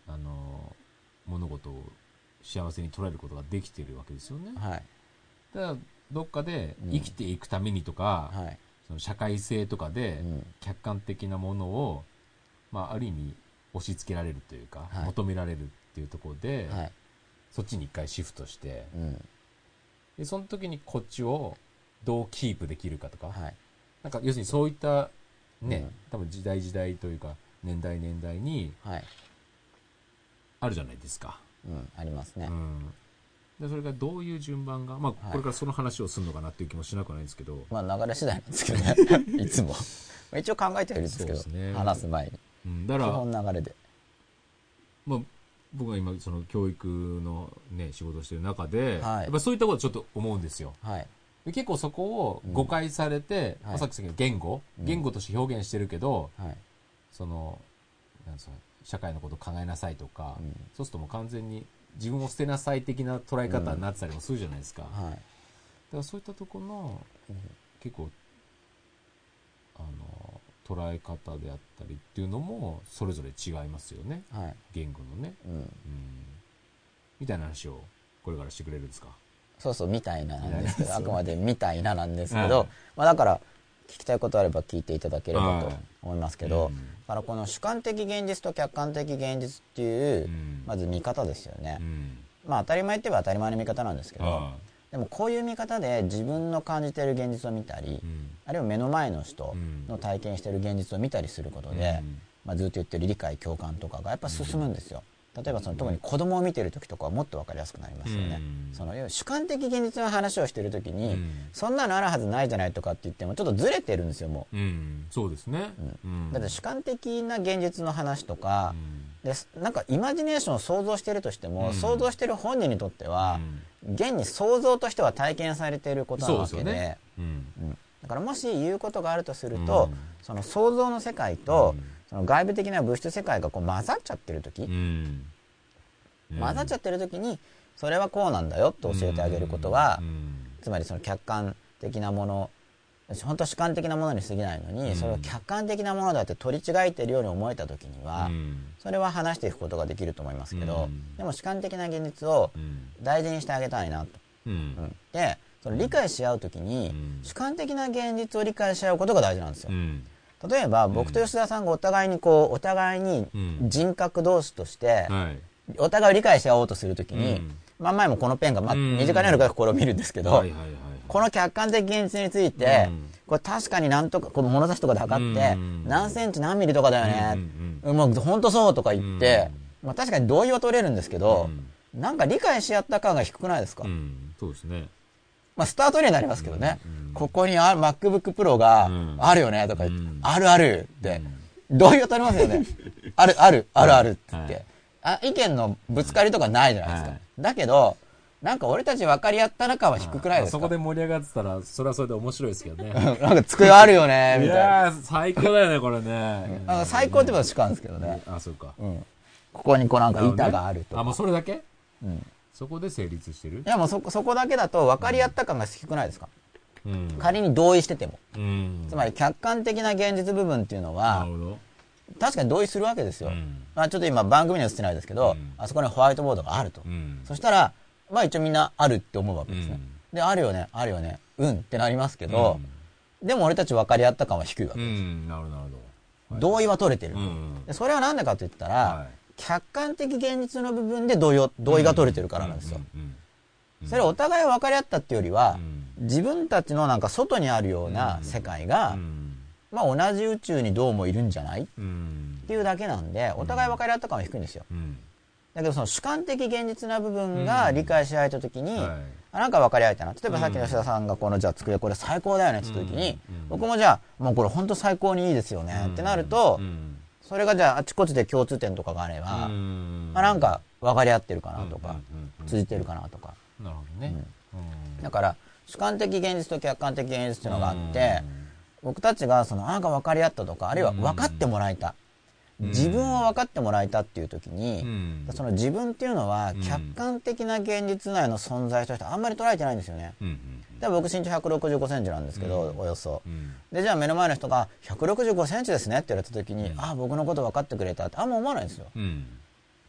物事を幸せに捉えることができているわけですよね。 はい、 だからどっかで生きていくためにとか、 はい、 その社会性とかで客観的なものを、ある意味押し付けられるというか、 はい、 求められるっていうところで、 はい、 そっちに一回シフトして、でその時にこっちをどうキープできるかとか、 はい、 なんか要するにそういったね、多分時代というか年代にあるじゃないですか。 ありますね。 でそれがどういう順番が、これからその話をするのかなっていう気もしなくないんですけど、 流れ次第なんですけどねいつも一応考えてはいるんですけど、ね、話す前に、だから基本流れで、 僕が今その教育のね仕事をしている中で、 はい、 やっぱそういったことをちょっと思うんですよ。 はい、 で結構そこを誤解されて、さっき言った言語として表現してるけど、その社会のことを考えなさいとか、そうするともう完全に自分を捨てなさい的な捉え方になってたりもするじゃないですか。だからそういったところの、結構捉え方であったりっていうのもそれぞれ違いますよね、言語のね、みたいな話をこれからしてくれるんですか。 そうみたいななんですけどあくまでみたいななんですけど、だから聞きたいことあれば聞いていただければと思いますけど、だからこの主観的現実と客観的現実っていう、まず見方ですよね。当たり前って言えば当たり前の見方なんですけど、でもこういう見方で自分の感じている現実を見たり、あるいは目の前の人の体験している現実を見たりすることで、ずっと言ってる理解共感とかがやっぱ進むんですよ。例えば特に子供を見ている時とかはもっと分かりやすくなりますよね。要は主観的現実の話をしている時に、そんなのあるはずないじゃないとかって言ってもちょっとずれてるんですよもう。 そうですね。 だって主観的な現実の話とか、でなんかイマジネーションを想像しているとしても、想像している本人にとっては、現に想像としては体験されていることなわけで、だからもし言うことがあるとすると、その想像の世界と、その外部的な物質世界がこう混ざっちゃってる時、混ざっちゃってる時にそれはこうなんだよと教えてあげることは、つまりその客観的なもの、本当は主観的なものに過ぎないのに、それを客観的なものだって取り違えているように思えた時には、それは話していくことができると思いますけど、でも主観的な現実を大事にしてあげたいなと。でその理解し合う時に、主観的な現実を理解し合うことが大事なんですよ。例えば僕と吉田さんがお互いに人格同士としてお互いを理解し合おうとするときに、前もこのペンが身近にあるからこれを見るんですけど、この客観的現実について、これ確かになんとかこの物差しとかで測って何センチ何ミリとかだよね、もう本当そうとか言って、確かに同意は取れるんですけど、なんか理解し合った感が低くないですか。 そうですね。 スタートになりますけどね、ここにMacBook Pro があるよねとか言って、あるあるって同意を取りますよね。あるあるって言って、意見のぶつかりとかないじゃないですか。だけどなんか俺たち分かり合った中は低くないですか。 そこで盛り上がってたらそれはそれで面白いですけどね。 なんか机あるよねみたいな。 いや最高だよねこれね。 最高って言えば主観ですけどね。 そうか。 ここになんか板があるとか。 もうそれだけ？そこで成立してる？ いやもうそこだけだと分かり合った感が低くないですか。仮に同意してても、つまり客観的な現実部分っていうのは確かに同意するわけですよ。ちょっと今番組には映ってないですけど、あそこにホワイトボードがあると、そしたら一応みんなあるって思うわけですね。であるよねってなりますけど、でも俺たち分かり合った感は低いわけです。 なるほど。 同意は取れてる。でそれは何でかって言ったら、客観的現実の部分で同意が取れてるからなんですよ。それお互い分かり合ったっていうよりは、自分たちのなんか外にあるような世界が、同じ宇宙にどうもいるんじゃないっていうだけなんで、お互い分かり合った感は低いんですよ。だけどその主観的現実な部分が理解し合えた時に、なんか分かり合えたな。例えばさっきの吉田さんがじゃあ机これ最高だよねって言った時に、僕もじゃあもうこれ本当最高にいいですよねってなると、それがじゃああちこちで共通点とかがあれば、なんか分かり合ってるかなとか、通じてるかなとか。 なるほどね。 だから主観的現実と客観的現実っていうのがあって、僕たちがなんか分かり合ったとか、あるいは分かってもらえた、自分を分かってもらえたっていう時に、その自分っていうのは客観的な現実内の存在としてあんまり捉えてないんですよね。僕身長165センチなんですけど、およそ。でじゃあ目の前の人が165センチですねって言われた時に、僕のこと分かってくれたってあんま思わないんですよ。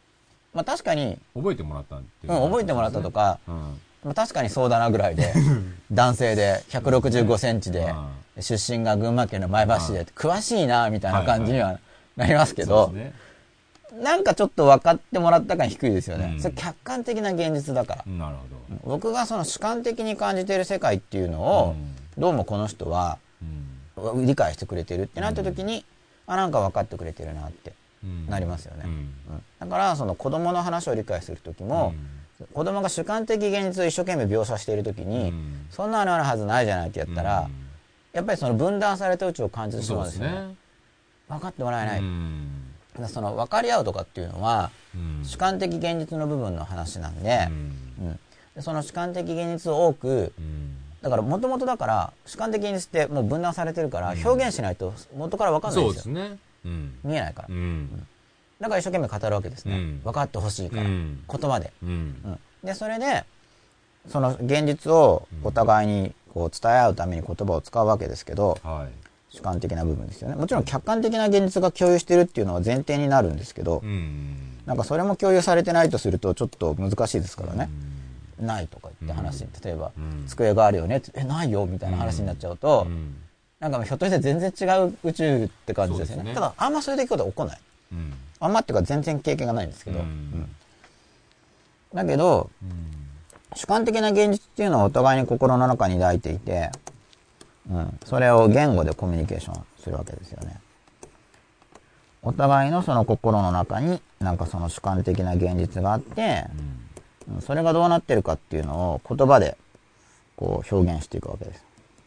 まあ確かに覚えてもらったっていう、 覚えてもらったとか、まあ、確かにそうだなぐらいで男性で165センチで出身が群馬県の前橋市で詳しいなみたいな感じにはなりますけど、なんかちょっと分かってもらった感低いですよね。それ客観的な現実だから。 なるほど。 僕がその主観的に感じている世界っていうのを、どうもこの人は理解してくれてるってなった時に、なんか分かってくれてるなってなりますよね。だからその子供の話を理解する時も、子供が主観的現実を一生懸命描写している時に、そんなのあるはずないじゃないってやったら、やっぱりその分断された宇宙を感じてしまうんですよね。分かってもらえない。その分かり合うとかっていうのは、主観的現実の部分の話なんで、その主観的現実を多く、だからもともとだから主観的現実ってもう分断されてるから表現しないと元から分かんないんですよ。 そうですね。 見えないから。だから一生懸命語るわけですね。分かってほしいから、言葉で。でそれでその現実をお互いにこう伝え合うために言葉を使うわけですけど、主観的な部分ですよね。もちろん客観的な現実が共有してるっていうのは前提になるんですけど、なんかそれも共有されてないとするとちょっと難しいですからね。ないとか言って話、例えば、机があるよねってないよみたいな話になっちゃうと、なんかひょっとして全然違う宇宙って感じですよね。ただあんまそれでいくことは起こらない。あんまっていうか全然経験がないんですけど、だけど、主観的な現実っていうのはお互いに心の中に抱いていて、それを言語でコミュニケーションするわけですよね。お互いのその心の中になんかその主観的な現実があって、それがどうなってるかっていうのを言葉でこう表現していくわけです。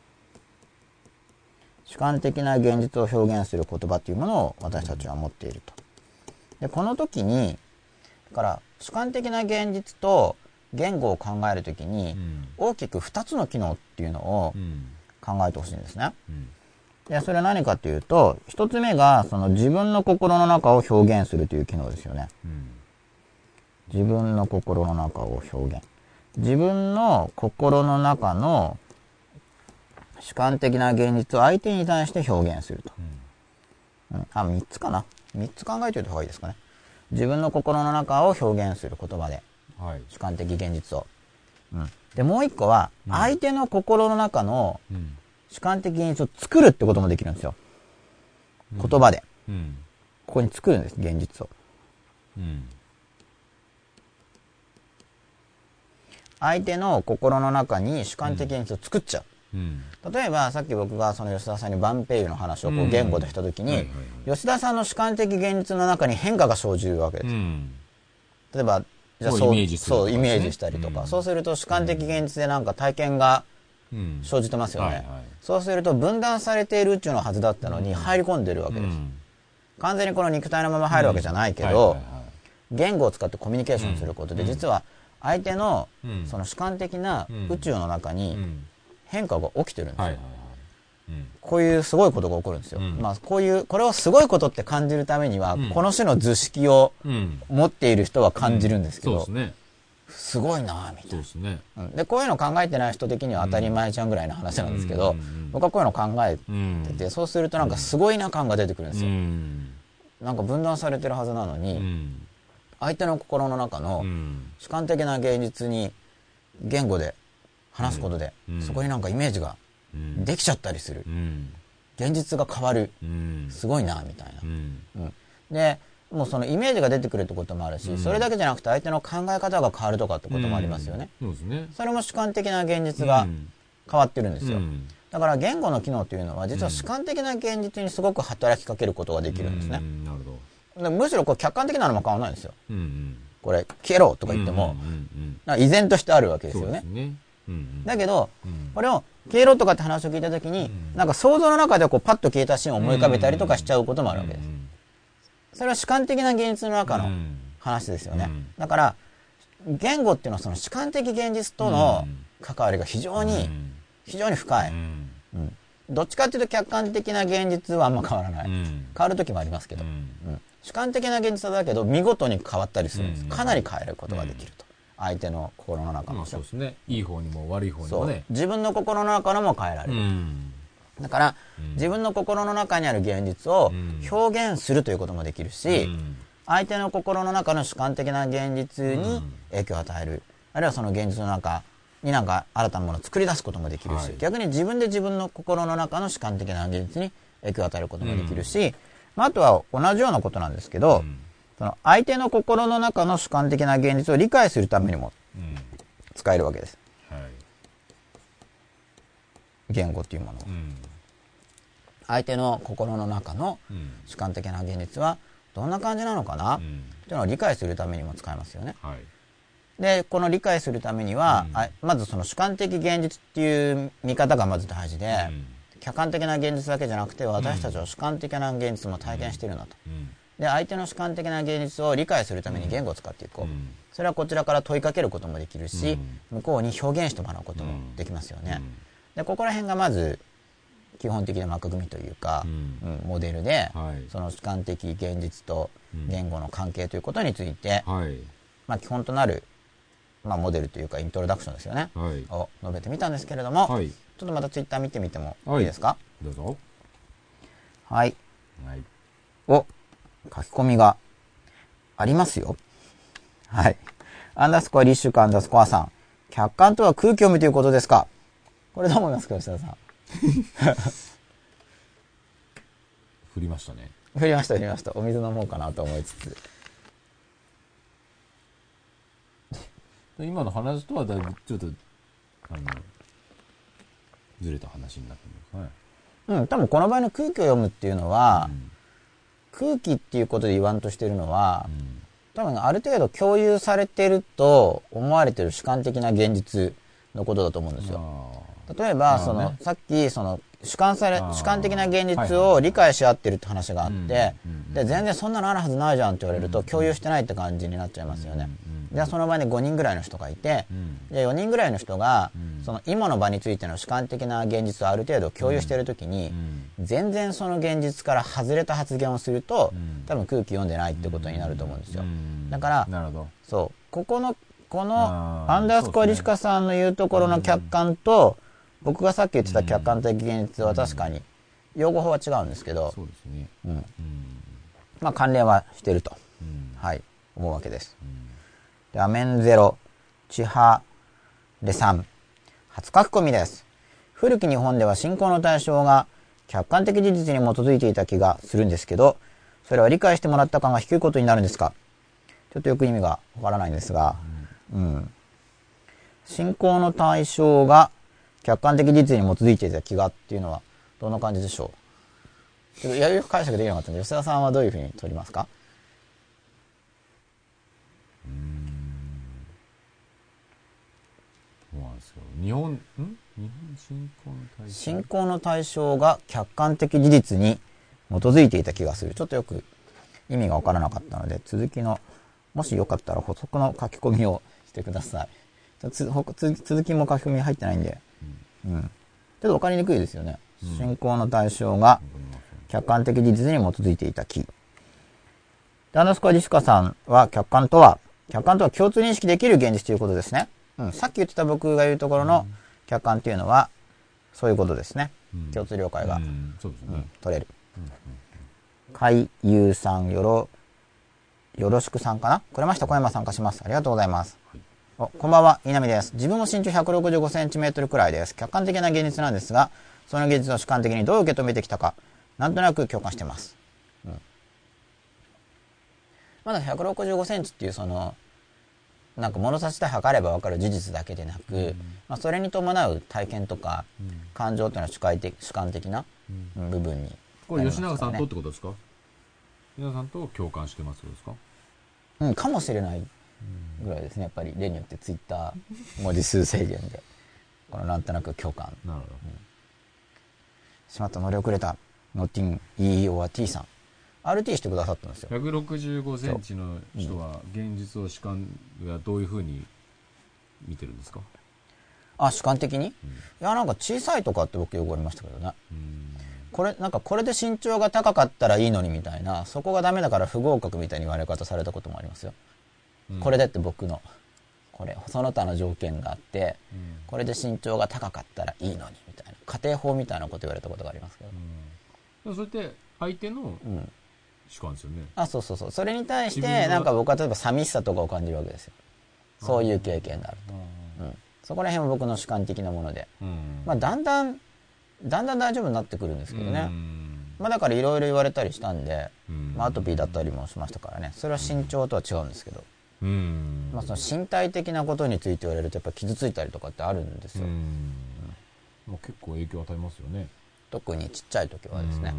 主観的な現実を表現する言葉っていうものを私たちは持っていると。で、この時に、だから主観的な現実と言語を考えるときに、大きく2つの機能っていうのを考えてほしいんですね。で、それは何かというと、1つ目がその自分の心の中を表現するという機能ですよね。自分の心の中を表現。自分の心の中の主観的な現実を相手に対して表現すると。3つかな。3つ考えておいた方がいいですかね。自分の心の中を表現する言葉で。主観的現実を。で、もう1個は、相手の心の中の主観的現実を作るってこともできるんですよ。言葉で。ここに作るんです、現実を。相手の心の中に主観的現実を作っちゃう。例えばさっき僕がその吉田さんにバンペイユの話をこう言語でしたときに、吉田さんの主観的現実の中に変化が生じるわけです。例えばじゃあそうイメージしたりとか、そうすると主観的現実でなんか体験が生じてますよね。そうすると分断されている宇宙のはずだったのに入り込んでるわけです。完全にこの肉体のまま入るわけじゃないけど、言語を使ってコミュニケーションすることで実は相手のその主観的な宇宙の中に変化が起きてるんですよ。こういうすごいことが起こるんですよ。まあこれをすごいことって感じるためには、この種の図式を持っている人は感じるんですけど、すごいなみたいな。で、こういうの考えてない人的には当たり前じゃんぐらいの話なんですけど、僕はこういうの考えてて、そうするとなんかすごいな感が出てくるんですよ。なんか分断されてるはずなのに、相手の心の中の主観的な現実に言語で話すことで、そこになんかイメージができちゃったりする。現実が変わる。すごいなみたいな。で、もうそのイメージが出てくるってこともあるし、それだけじゃなくて相手の考え方が変わるとかってこともありますよね。それも主観的な現実が変わってるんですよ。だから言語の機能というのは実は主観的な現実にすごく働きかけることができるんですね。むしろこれ客観的なのも変わらないんですよ。これ消えろとか言っても依然としてあるわけですよね。だけどこれを消えろとかって話を聞いたときになんか想像の中でこうパッと消えたシーンを思い浮かべたりとかしちゃうこともあるわけです。それは主観的な現実の中の話ですよね。だから言語っていうのはその主観的現実との関わりが非常に深い。どっちかっていうと客観的な現実はあんま変わらない。変わる時もありますけど、主観的な現実だけど見事に変わったりするんです。かなり変えることができると。相手の心の中の。 そうですね。いい方にも悪い方にもね。 自分の心の中のも変えられる。だから自分の心の中にある現実を表現するということもできるし、 相手の心の中の主観的な現実に影響を与える、あるいはその現実の中になんか新たなものを作り出すこともできるし、逆に自分で自分の心の中の主観的な現実に影響を与えることもできるし、あとは同じようなことなんですけど、その相手の心の中の主観的な現実を理解するためにも使えるわけです、言語っていうものを、相手の心の中の主観的な現実はどんな感じなのかなっていうのを理解するためにも使えますよね。でこの理解するためには、まずその主観的現実っていう見方がまず大事で、客観的な現実だけじゃなくて私たちは主観的な現実も体験しているんだと、で相手の主観的な現実を理解するために言語を使っていこう、それはこちらから問いかけることもできるし、向こうに表現してもらうこともできますよね。でここら辺がまず基本的な枠組みというか、モデルで、その主観的現実と言語の関係ということについて、基本となる、モデルというかイントロダクションですよね、を述べてみたんですけれども、ちょっとまたツイッター見てみてもいいですか。 どうぞ。 はい、お書き込みがありますよ。はい。アンダースコアリッシュかアンダースコアさん、客観とは空気を読むということですか。これどう思いますか、吉田さん。 振りましたね。 振りました。お水飲もうかなと思いつつ。 今の話とはだいぶちょっとずれた話になってますね。 多分この場合の空気を読むっていうのは、空気っていうことで言わんとしてるのは、多分ある程度共有されてると思われてる主観的な現実のことだと思うんですよ。例えば、さっき主観的な現実を理解し合ってるって話があって、で全然そんなのあるはずないじゃんって言われると共有してないって感じになっちゃいますよね。じゃあその場に5人ぐらいの人がいて、で4人ぐらいの人がその今の場についての主観的な現実をある程度共有しているときに、全然その現実から外れた発言をすると、多分空気読んでないってことになると思うんですよ。だからそうこのアンダースコアリシカさんの言うところの客観と、僕がさっき言ってた客観的現実は確かに用語法は違うんですけど、 そうですね。 関連はしてると、思うわけです。でアメンゼロチハレさん、初書き込みです。古き日本では信仰の対象が客観的事実に基づいていた気がするんですけど、それは理解してもらった感が低いことになるんですか。ちょっとよく意味がわからないんですが、信仰の対象が客観的事実に基づいていた気がっていうのはどんな感じでしょう。ちょっとやりよく解釈できなかったので、吉田さんはどういうふうに取りますか。 そうなんですよ。日本信仰の対象が客観的事実に基づいていた気がする。ちょっとよく意味がわからなかったので、続きのもしよかったら補足の書き込みをしてください。続きも書き込み入ってないんで、ちょっと分かりにくいですよね。信仰の対象が客観的事実に基づいていた気。アンダースコアリシカさんは客観とは共通認識できる現実ということですね。さっき言ってた僕が言うところの客観っていうのはそういうことですね。共通了解が、取れる。海優さんよろしくさんかな。くれました。小山参加します。ありがとうございます。こんばんは、稲見です。自分も身長165センチメートルくらいです。客観的な現実なんですが、その現実を主観的にどう受け止めてきたか、なんとなく共感してます。まだ165センチっていうなんか物差しで測れば分かる事実だけでなく、それに伴う体験とか、感情というのは主観的な部分に、 これ吉永さんとってことですか。吉永さんと共感してますですか。 かもしれないぐらいですね。やっぱり例によってツイッター文字数制限でなんとなく共感。 なるほど。 しまった、乗り遅れた。ノッティン E or T さん RT してくださったんですよ。 165センチの人は現実を主観はどういうふうに見てるんですか。 主観的に、いやなんか小さいとかって僕よく言われましたけどね。これで身長が高かったらいいのにみたいな、そこがダメだから不合格みたいに言われ方されたこともありますよ。これでって僕のその他の条件があって、これで身長が高かったらいいのにみたいな家庭法みたいなこと言われたことがありますけど、 それって相手の主観ですよね。 そうそうそう。それに対してなんか僕は例えば寂しさとかを感じるわけですよ。そういう経験があると。そこら辺は僕の主観的なもので、だんだん大丈夫になってくるんですけどね。だからいろいろ言われたりしたんで、アトピーだったりもしましたからね。それは身長とは違うんですけど、その身体的なことについて言われるとやっぱ傷ついたりとかってあるんですよ。 結構影響を与えますよね。 特にちっちゃい時はですね。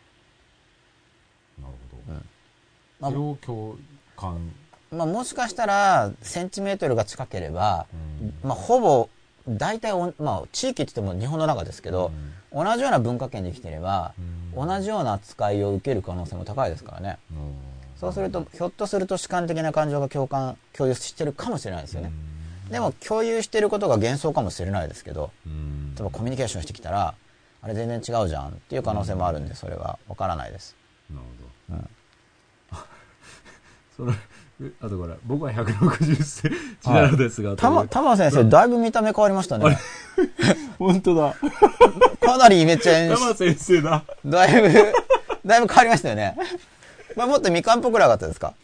なるほど。それを共感。 もしかしたらセンチメートルが近ければ、ほぼ大体地域って言っても日本の中ですけど、同じような文化圏で生きてれば、同じような扱いを受ける可能性も高いですからね。そうするとひょっとすると主観的な感情が共有してるかもしれないですよね。でも共有してることが幻想かもしれないですけど、例えばコミュニケーションしてきたらあれ全然違うじゃんっていう可能性もあるんで、それは分からないです。 なるほど。あとから僕は160センチなのですが、 玉先生だいぶ見た目変わりましたね。 本当だ。 かなりイメチェン玉先生だ。 だいぶ変わりましたよね。もっとみかんっぽくなかったですか？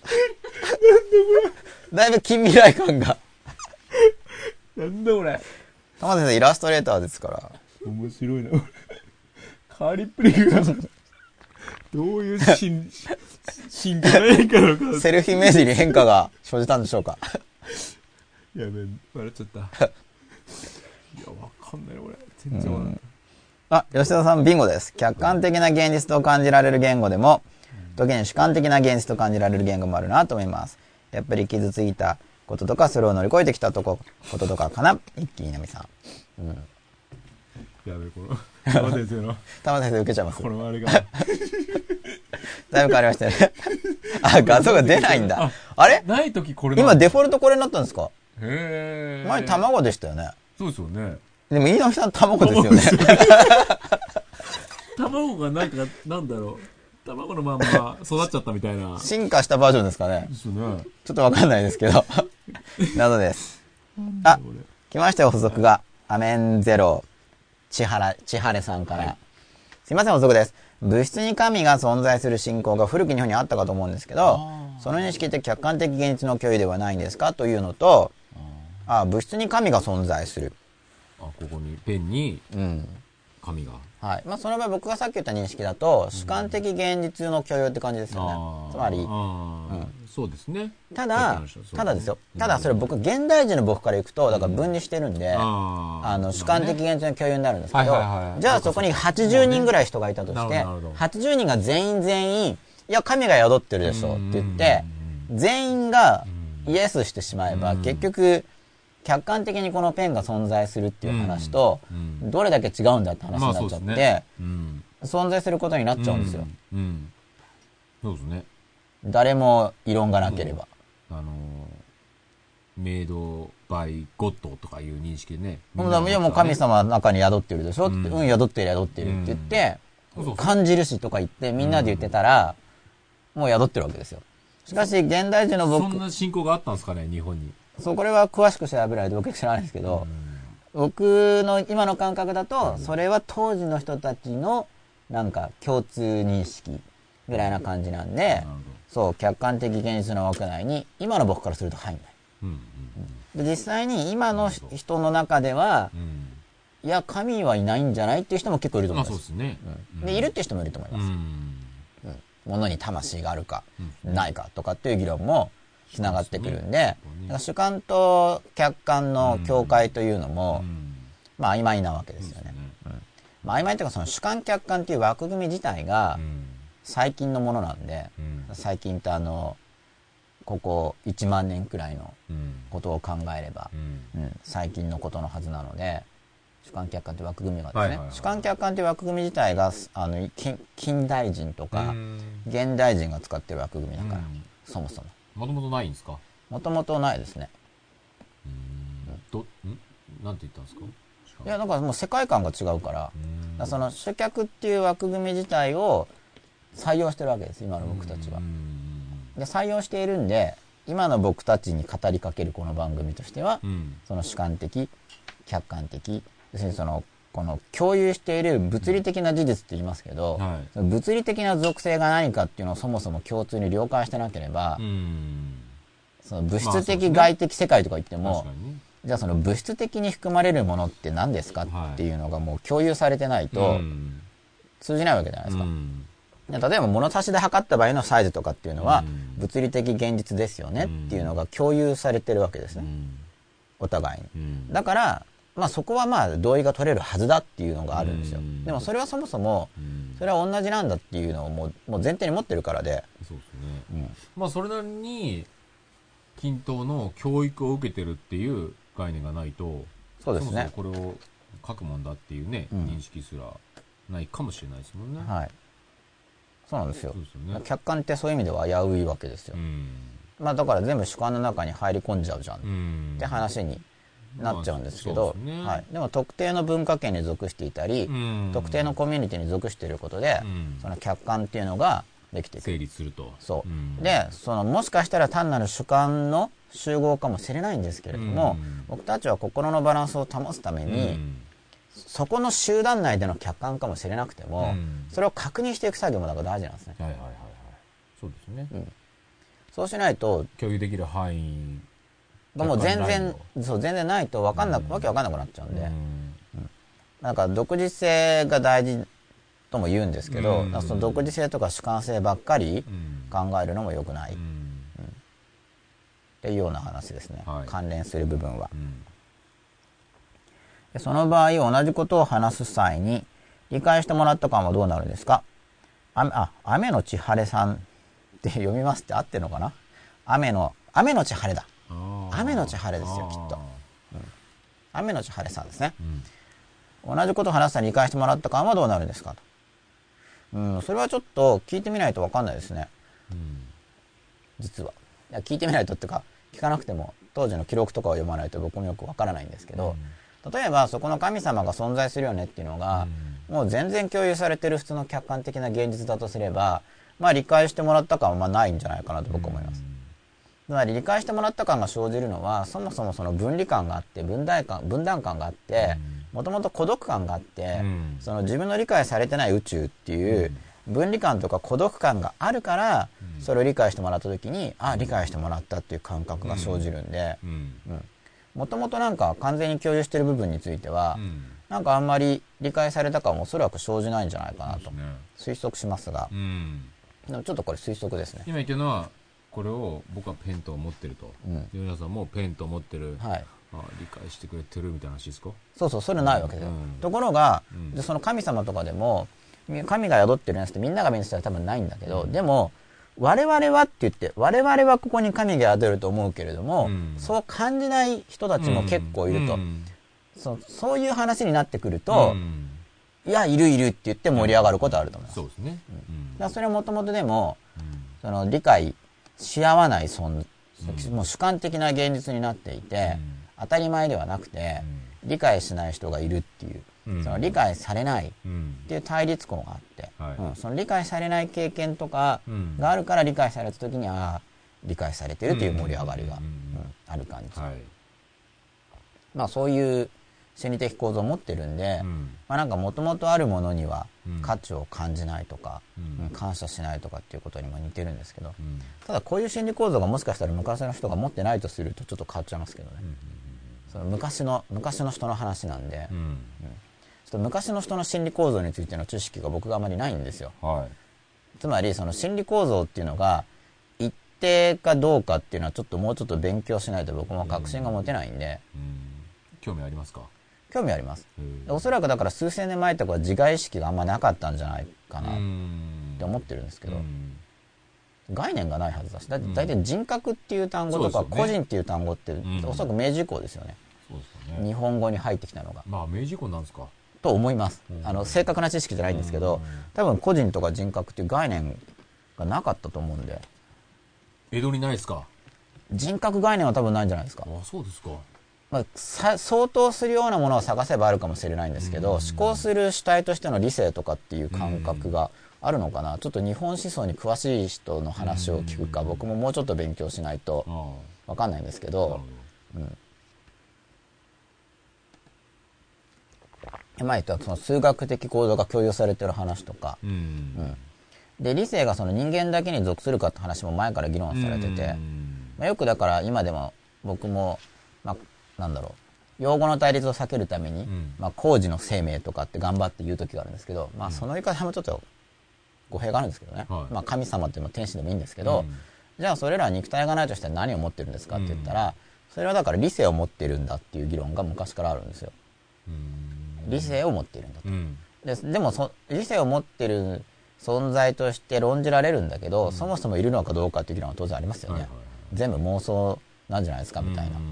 だいぶ近未来感が。 なんだこれ。 玉先生イラストレーターですから。 面白いな。変わりっぷりがどういう心境変化なのか。 セルフイメージに変化が生じたんでしょうか。 やべえ、笑っちゃった。いや、わかんない俺。全然わかんない。 吉田さんビンゴです。客観的な現実と感じられる言語でも、時に主観的な現実と感じられる言語もあるなと思います。やっぱり傷ついたこととか、それを乗り越えてきたこととかかな。一気になみさん。 やべえ、この玉先生の玉先生受けちゃいます。 このあれがだいぶ変わりましたよね。画像が出ないんだ。あれない時これ今デフォルトこれになったんですか？ へえ。 前卵でしたよね。 そうですよね。 でも飯並さん卵ですよね。 卵がなんかなんだろう。卵のまんま育っちゃったみたいな。 進化したバージョンですかね。 ですね。 ちょっとわかんないですけど。などです。来ましたよ、補足が。アメンゼロ、千晴さんから。すいません、補足です。物質に神が存在する信仰が古き日本にあったかと思うんですけど、その認識って客観的現実の共有ではないんですかというのと、物質に神が存在する。 ここに、ペンに、神が。 はい。その場合僕がさっき言った認識だと、主観的現実の共有って感じですよね。つまり、 そうですね。 ただですよ。ただそれ現代人の僕からいくと、だから分離してるんで、主観的現実の共有になるんですけど、じゃあそこに80人ぐらい人がいたとして、80人が全員、いや、神が宿ってるでしょって言って、全員がイエスしてしまえば、結局、客観的にこのペンが存在するっていう話と、どれだけ違うんだって話になっちゃって、存在することになっちゃうんですよ。 そうですね。 誰も異論がなければ。 メイドバイゴッドとかいう認識でね。 いやもう神様の中に宿ってるでしょって、宿ってるって言って、感じるしとか言ってみんなで言ってたら、もう宿ってるわけですよ。しかし現代人の僕。 そんな信仰があったんですかね、日本に。 そう、これは詳しく調べられて僕は知らないんですけど、僕の今の感覚だと、それは当時の人たちのなんか共通認識ぐらいな感じなんで、そう、客観的現実の枠内に今の僕からすると入んない。で実際に今の人の中では、いや、神はいないんじゃないっていう人も結構いると思います。 そうですね。 で、いるっていう人もいると思います。物に魂があるか、ないかとかっていう議論もつながってくるんで、主観と客観の境界というのも、曖昧なわけですよね。曖昧というかその主観客観っていう枠組み自体が最近のものなんで、最近ってここ1万年くらいのことを考えれば、最近のことのはずなので、主観客観という枠組みがですね、主観客観という枠組み自体が近代人とか現代人が使ってる枠組みだから、そもそも。 もともとないんですか？ もともとないですね。 なんて言ったんですか？ いや、だからもう世界観が違うから、その主客っていう枠組み自体を採用してるわけです、今の僕たちは。で、採用しているんで、今の僕たちに語りかけるこの番組としては、その主観的、客観的、要するにそのこの共有している物理的な事実って言いますけど、はい、物理的な属性が何かっていうのをそもそも共通に了解してなければ、その物質的外的世界とか言っても、じゃあその物質的に含まれるものって何ですかっていうのがもう共有されてないと通じないわけじゃないですか。例えば物差しで測った場合のサイズとかっていうのは物理的現実ですよねっていうのが共有されてるわけですね。お互いに。だから、まあそこはまあ同意が取れるはずだっていうのがあるんですよ。でもそれはそもそもそれは同じなんだっていうのをもう前提に持ってるからで。 そうですね。まあそれなりに均等の教育を受けてるっていう概念がないと、 そうですね。 そもそもこれを書くもんだっていうね、認識すらないかもしれないですもんね。 はい。そうなんですよ。客観ってそういう意味では危ういわけですよ。まあだから全部主観の中に入り込んじゃうじゃんって話になっちゃうんですけど、はい。でも特定の文化圏に属していたり、特定のコミュニティに属していることで、その客観っていうのができていく。 成立すると。 そう。で、もしかしたら単なる主観の集合かもしれないんですけれども、僕たちは心のバランスを保つために、そこの集団内での客観かもしれなくても、それを確認していく作業もだから大事なんですね。 はいはいはいはい。そうですね。 そうしないと共有できる範囲がもう全然ないとわけわかんなくなっちゃうんで、なんか独自性が大事とも言うんですけど、その独自性とか主観性ばっかり考えるのも良くない、っていうような話ですね、関連する部分は。その場合同じことを話す際に理解してもらった感はどうなるんですか？雨のち晴れさんって読みますって合ってるのかな？雨のち晴れだ。雨のち晴れですよ、きっと。雨のち晴れさんですね。同じことを話す際に理解してもらった感はどうなるんですかと。それはちょっと聞いてみないと分かんないですね。実は。いや聞いてみないとっていうか、聞かなくても当時の記録とかを読まないと僕もよく分からないんですけど、例えばそこの神様が存在するよねっていうのが、もう全然共有されてる普通の客観的な現実だとすれば、まあ理解してもらった感はまあないんじゃないかなと僕は思います。つまり理解してもらった感が生じるのは、そもそもその分離感があって、分断感があって、もともと孤独感があって、その自分の理解されてない宇宙っていう分離感とか孤独感があるから、それを理解してもらった時に、理解してもらったっていう感覚が生じるんで、もともとなんか完全に共有してる部分については、なんかあんまり理解された感もおそらく生じないんじゃないかなと推測しますが、でもちょっとこれ推測ですね。 今言ってるのはこれを僕はペンと思ってると、皆さんもペンと思ってる、理解してくれてるみたいな話ですか？ そうそれないわけですよ。ところが、でその神様とかでも神が宿ってるやつってみんなが目にしたら多分ないんだけど、でも我々はって言って、我々はここに神が宿ると思うけれども、そう感じない人たちも結構いると。そういう話になってくると、いや、いるって言って盛り上がることあると思います。 そうですね。 だからそれはもともとでも、その理解し合わないもう主観的な現実になっていて、当たり前ではなくて、理解しない人がいるっていう、その理解されないっていう対立項があって、その理解されない経験とかがあるから理解された時に、理解されてるという盛り上がりがある感じ。まあそういう心理的構造を持ってるんで、まあなんかもともとあるものには価値を感じないとか、感謝しないとかっていうことにも似てるんですけど、ただこういう心理構造がもしかしたら昔の人が持ってないとするとちょっと変わっちゃいますけどね。その昔の人の話なんで、ちょっと昔の人の心理構造についての知識が僕があまりないんですよ。つまりその心理構造っていうのが一定かどうかっていうのはちょっともうちょっと勉強しないと僕も確信が持てないんで。 興味ありますか？ 興味あります。おそらくだから数千年前とかは自我意識があんまなかったんじゃないかなって思ってるんですけど、概念がないはずだし、だいたい人格っていう単語とか個人っていう単語っておそらく明治以降ですよね。日本語に入ってきたのが。 まあ明治以降なんですかと思います。正確な知識じゃないんですけど、多分個人とか人格っていう概念がなかったと思うんで。 江戸にないですか？ 人格概念は多分ないんじゃないですか。 そうですか。 まあ、相当するようなものを探せばあるかもしれないんですけど、思考する主体としての理性とかっていう感覚があるのかな。ちょっと日本思想に詳しい人の話を聞くか、僕ももうちょっと勉強しないと分かんないんですけど、 前言ったその数学的構造が共有されてる話とか、で理性がその人間だけに属するかって話も前から議論されてて、よくだから今でも僕も、なんだろう、用語の対立を避けるために、工事の生命とかって頑張って言う時があるんですけど、その言い方もちょっと語弊があるんですけどね、神様っていうのは天使でもいいんですけど、じゃあそれらは肉体がないとして何を持ってるんですかって言ったら、それはだから理性を持ってるんだっていう議論が昔からあるんですよ。理性を持っているんだと。でも理性を持ってる存在として論じられるんだけど、そもそもいるのかどうかっていう議論は当然ありますよね。全部妄想なんじゃないですかみたいな。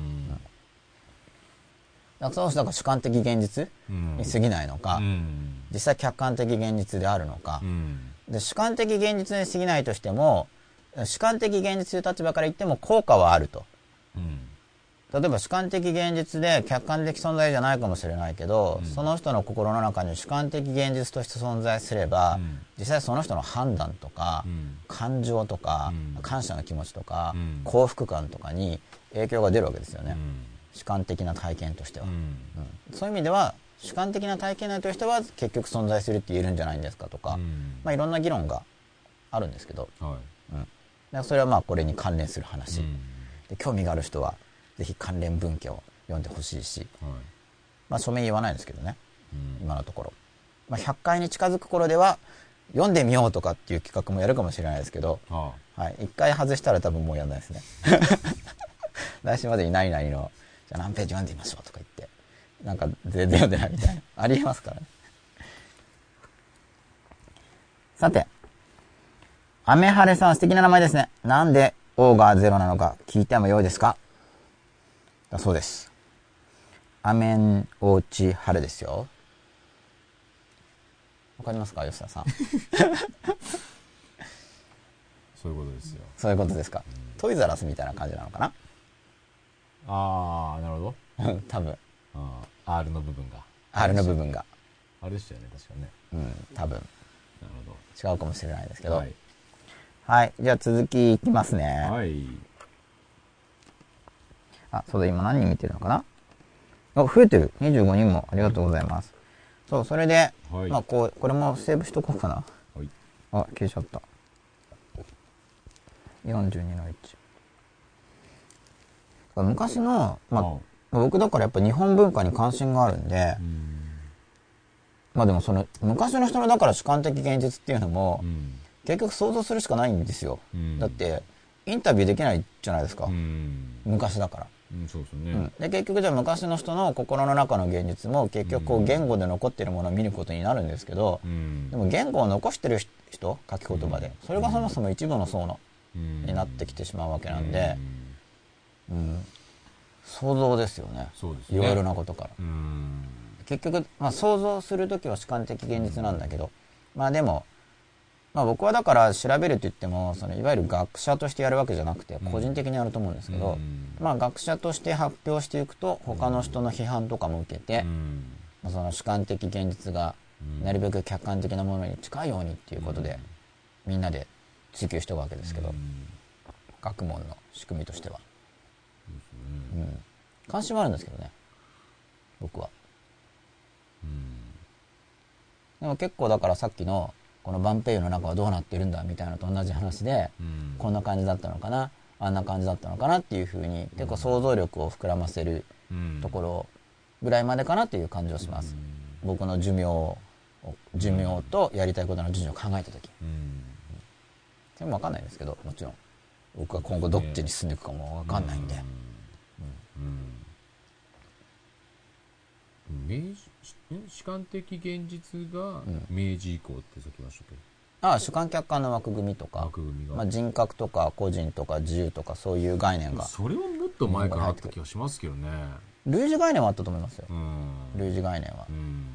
だから主観的現実に過ぎないのか、実際客観的現実であるのか、で主観的現実に過ぎないとしても、主観的現実という立場から言っても効果はあると。例えば主観的現実で客観的存在じゃないかもしれないけど、その人の心の中に主観的現実として存在すれば、実際その人の判断とか、感情とか、感謝の気持ちとか、幸福感とかに影響が出るわけですよね。主観的な体験としては、そういう意味では主観的な体験としては結局存在するって言えるんじゃないんですかとか、いろんな議論があるんですけど、それはこれに関連する話、で興味がある人はぜひ関連文献を読んでほしいし、書名言わないですけどね、今のところ、100回に近づく頃では読んでみようとかっていう企画もやるかもしれないですけど、1回外したら多分もうやんないですね来週までに何々のじゃあ何ページ読んでみましょうとか言ってなんか全然読んでないみたいなありえますからね。さて、アメハレさん、素敵な名前ですね。なんで O が0なのか聞いてもよいですか？だそうです。アメンオーチハレですよ。わかりますか、吉田さんそういうことですよ。 そういうことですか。トイザラスみたいな感じなのかな。 ああ、なるほど多分 R の部分が R の部分があれでしたよね、確かね。 多分なるほど違うかもしれないですけど、はい、じゃあ続きいきますね。そうだ、今何人見てるのかな。増えてる。25人もありがとうございます。そう、それで、これもセーブしとこうかな。消えちゃった。42の1。昔の、僕だからやっぱ日本文化に関心があるんで、でもその昔の人のだから主観的現実っていうのも、結局想像するしかないんですよ。だってインタビューできないじゃないですか、昔だから。 そうですね。 で結局じゃあ昔の人の心の中の現実も結局こう言語で残っているものを見ることになるんですけど、でも言語を残してる人、書き言葉で、それがそもそも一部の層のになってきてしまうわけなんで、想像ですよね。いろいろなことから。結局、想像するときは主観的現実なんだけど、でも、僕はだから調べると言っても、いわゆる学者としてやるわけじゃなくて、個人的にやると思うんですけど、学者として発表していくと、他の人の批判とかも受けて、その主観的現実がなるべく客観的なものに近いようにっていうことで、みんなで追求していくわけですけど、学問の仕組みとしては。関心はあるんですけどね、僕は。でも結構だからさっきのこのバンペイユの中はどうなってるんだみたいなのと同じ話で、こんな感じだったのかな、あんな感じだったのかなっていう風に結構想像力を膨らませるところぐらいまでかなという感じをします。僕の寿命とやりたいことの順序を考えた時、それも分かんないんですけど、もちろん僕は今後どっちに進んでいくかも分かんないんで、 主観的現実が明治以降ってさっき言いましたけど、 主観客観の枠組みとか、人格とか個人とか自由とかそういう概念が、 それはもっと前からあった気がしますけどね。 類似概念はあったと思いますよ、類似概念は。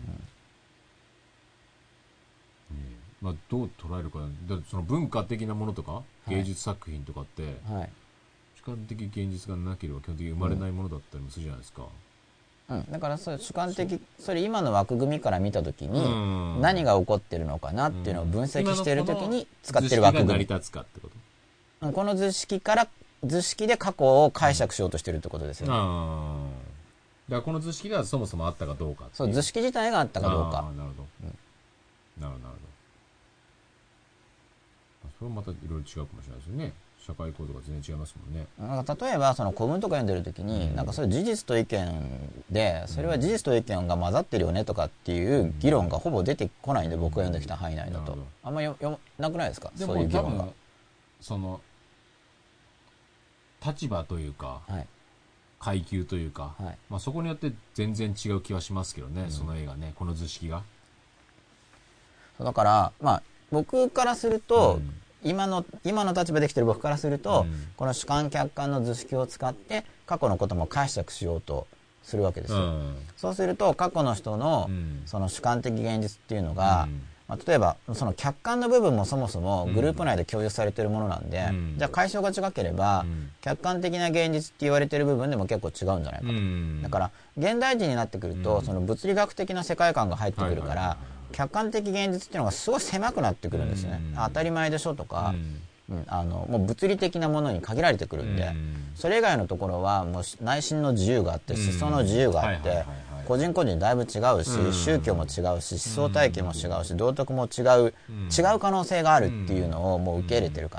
どう捉えるか。だってその文化的なものとか芸術作品とかって、主観的現実がなければ基本的に生まれないものだったりもするじゃないですか。 だからそれ主観的、それ今の枠組みから見たときに何が起こってるのかなっていうのを分析しているときに使ってる枠組み。この図式で過去を解釈しようとしてるってことですよね。 だからこの図式がそもそもあったかどうかっていう。 そう、図式自体があったかどうか。 なるほど。なるほど。それもまたいろいろ違うかもしれないですよね。社会構造が全然違いますもんね。 なんか例えばその古文とか読んでる時に、なんかそれ事実と意見で、それは事実と意見が混ざってるよねとかっていう議論がほぼ出てこないんで、僕が読んできた範囲内だと。あんま読なくないですか？そういう議論が。 その立場というか、階級というか、まあそこによって全然違う気はしますけどね、その映画ね、この図式が。 だから、まあ僕からすると、今の立場できてる僕からすると、この主観客観の図式を使って過去のことも解釈しようとするわけですよ。そうすると過去の人のその主観的現実っていうのが、まあ、例えばその客観の部分もそもそもグループ内で共有されているものなんで、じゃあ解消が違ければ、客観的な現実って言われている部分でも結構違うんじゃないかと。だから現代人になってくると、その物理学的な世界観が入ってくるから、客観的現実っていうのがすごい狭くなってくるんですね。当たり前でしょとか、もう物理的なものに限られてくるんで、それ以外のところはもう内心の自由があって、思想の自由があって、個人個人だいぶ違うし、宗教も違うし、思想体系も違うし、道徳も違う可能性があるっていうのをもう受け入れてるから、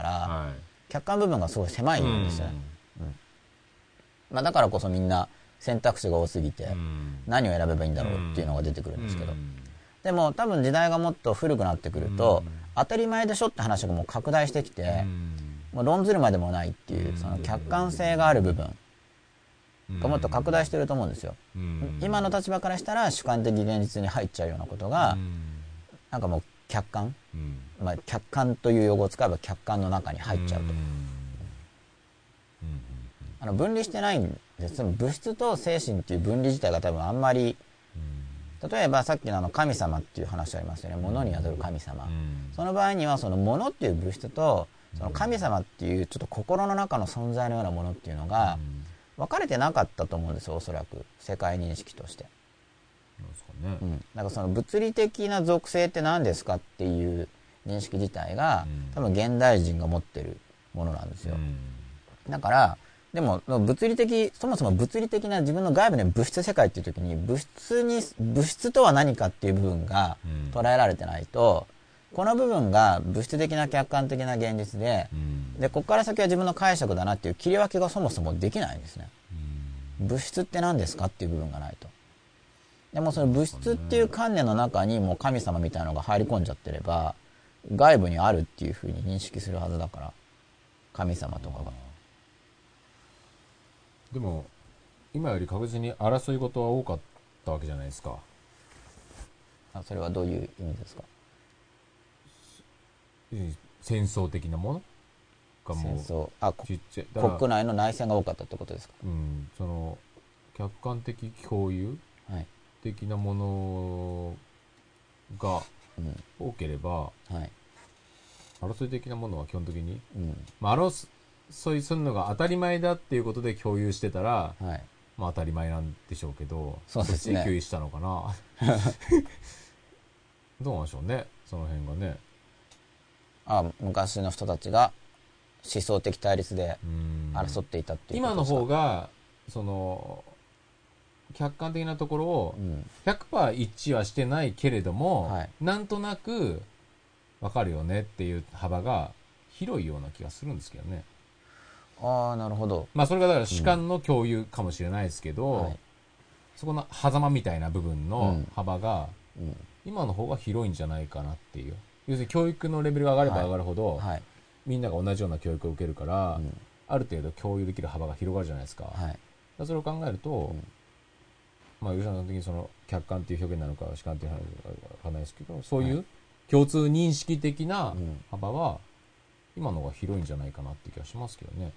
客観部分がすごい狭いんですよね。まあ、だからこそみんな選択肢が多すぎて、何を選べばいいんだろうっていうのが出てくるんですけど、でも多分時代がもっと古くなってくると、当たり前でしょって話がもう拡大してきて、もう論ずるまでもないっていう、その客観性がある部分がもっと拡大してると思うんですよ。今の立場からしたら主観的現実に入っちゃうようなことが、なんかもう客観、まあ、客観という用語を使えば客観の中に入っちゃうと。分離してないんです。物質と精神っていう分離自体が多分あんまり、例えばさっきの神様っていう話ありますよね。物に宿る神様。その場合にはその物っていう物質とその神様っていうちょっと心の中の存在のようなものっていうのが分かれてなかったと思うんですよ、おそらく世界認識として。なんかその物理的な属性って何ですかっていう認識自体が多分現代人が持ってるものなんですよ。だからでもそもそも物理的な自分の外部の物質世界っていう時に物質とは何かっていう部分が捉えられてないと、この部分が物質的な客観的な現実で、ここから先は自分の解釈だなっていう切り分けがそもそもできないんですね。物質って何ですかっていう部分がないと。でもその物質っていう観念の中にもう神様みたいなのが入り込んじゃってれば、外部にあるっていうふうに認識するはずだから、神様とかが。 でも今より確実に争い事は多かったわけじゃないですか。 それはどういう意味ですか？ 戦争的なものがもう国内の内戦が多かったってことですか？ その客観的共有的なものが多ければ、争い的なものは基本的に、争いするのが当たり前だっていうことで共有してたら、まあ当たり前なんでしょうけど、 そうですね。 共有したのかなどうなんでしょうね、その辺がね。 昔の人たちが思想的対立で争っていたっていうことですか？ 今の方がその客観的なところを 100% 一致はしてないけれども、なんとなく分かるよねっていう幅が広いような気がするんですけどね。 なるほど。 まあそれがだから主観の共有かもしれないですけど、そこの狭間みたいな部分の幅が今の方が広いんじゃないかなっていう。要するに教育のレベルが上がれば上がるほど、みんなが同じような教育を受けるから、ある程度共有できる幅が広がるじゃないですか。それを考えると、まあ吉田さん的にその客観っていう表現なのか主観っていう話なのかわかんないですけど、そういう共通認識的な幅は今の方が広いんじゃないかなっていう気がしますけどね。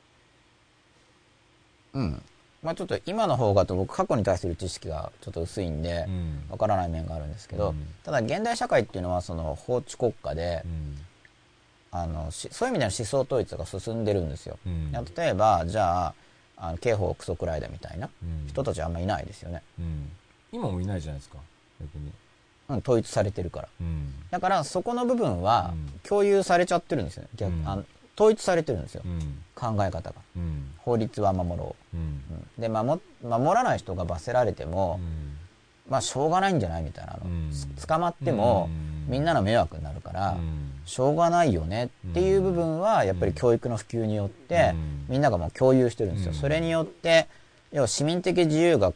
まあちょっと今の方がと僕過去に対する知識がちょっと薄いんでわからない面があるんですけど、ただ現代社会っていうのはその法治国家で、そういう意味での思想統一が進んでるんですよ。例えばじゃあ刑法クソくらいだみたいな人たちはあんまいないですよね。 今もいないじゃないですか、逆に。 統一されてるから、だからそこの部分は共有されちゃってるんですよね。 統一されてるんですよ、考え方が、法律は守ろう、で守らない人が罰せられても、まあしょうがないんじゃないみたいな捕まってもみんなの迷惑になるから、しょうがないよねっていう部分はやっぱり教育の普及によってみんながもう共有してるんですよ。それによって要は市民的自由が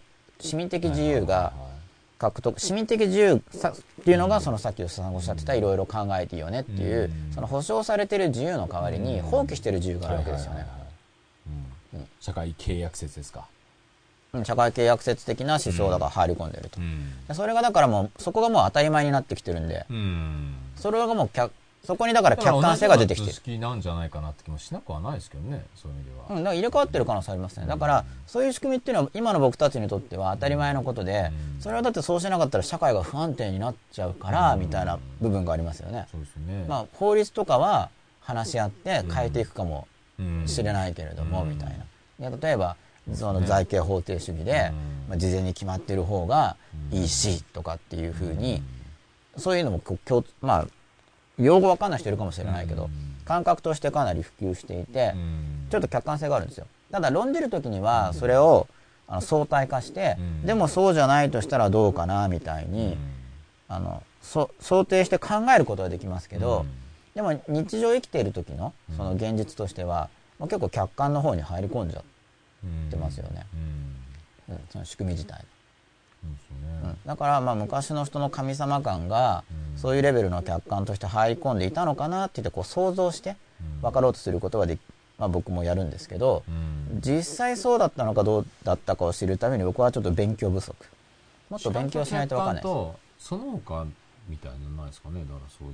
獲得、市民的自由っていうのが、そのさっき吉田さんがおっしゃってたいろいろ考えていいよねっていう、その保障されてる自由の代わりに放棄してる自由があるわけですよね。 社会契約説ですか。 社会契約説的な思想だから入り込んでると、それがだからもうそこがもう当たり前になってきてるんで、それがもうそこにだから客観性が出てきてる。 図式なんじゃないかなって気もしなくはないですけどね、そういう意味では。 だから入れ替わってる可能性ありますね。だからそういう仕組みっていうのは今の僕たちにとっては当たり前のことで、それはだってそうしなかったら社会が不安定になっちゃうからみたいな部分がありますよね。 そうですね。 まあ法律とかは話し合って変えていくかもしれないけれどもみたいな。例えばその財形方程主義で、事前に決まってる方がいいしとかっていうふうに、そういうのもまあ用語わかんない人いるかもしれないけど、感覚としてかなり普及していて、ちょっと客観性があるんですよ。ただ論じるときにはそれを相対化して、でもそうじゃないとしたらどうかなみたいに想定して考えることはできますけど、でも日常生きている時のその現実としては、結構客観の方に入り込んじゃってますよね、その仕組み自体。だからまあ昔の人の神様感がそういうレベルの客観として入り込んでいたのかなって言ってこう想像して分かろうとすることは僕もやるんですけど、実際そうだったのかどうだったかを知るために僕はちょっと勉強不足、もっと勉強しないと分かんないです。 その他みたいなのないですかね。だからそういう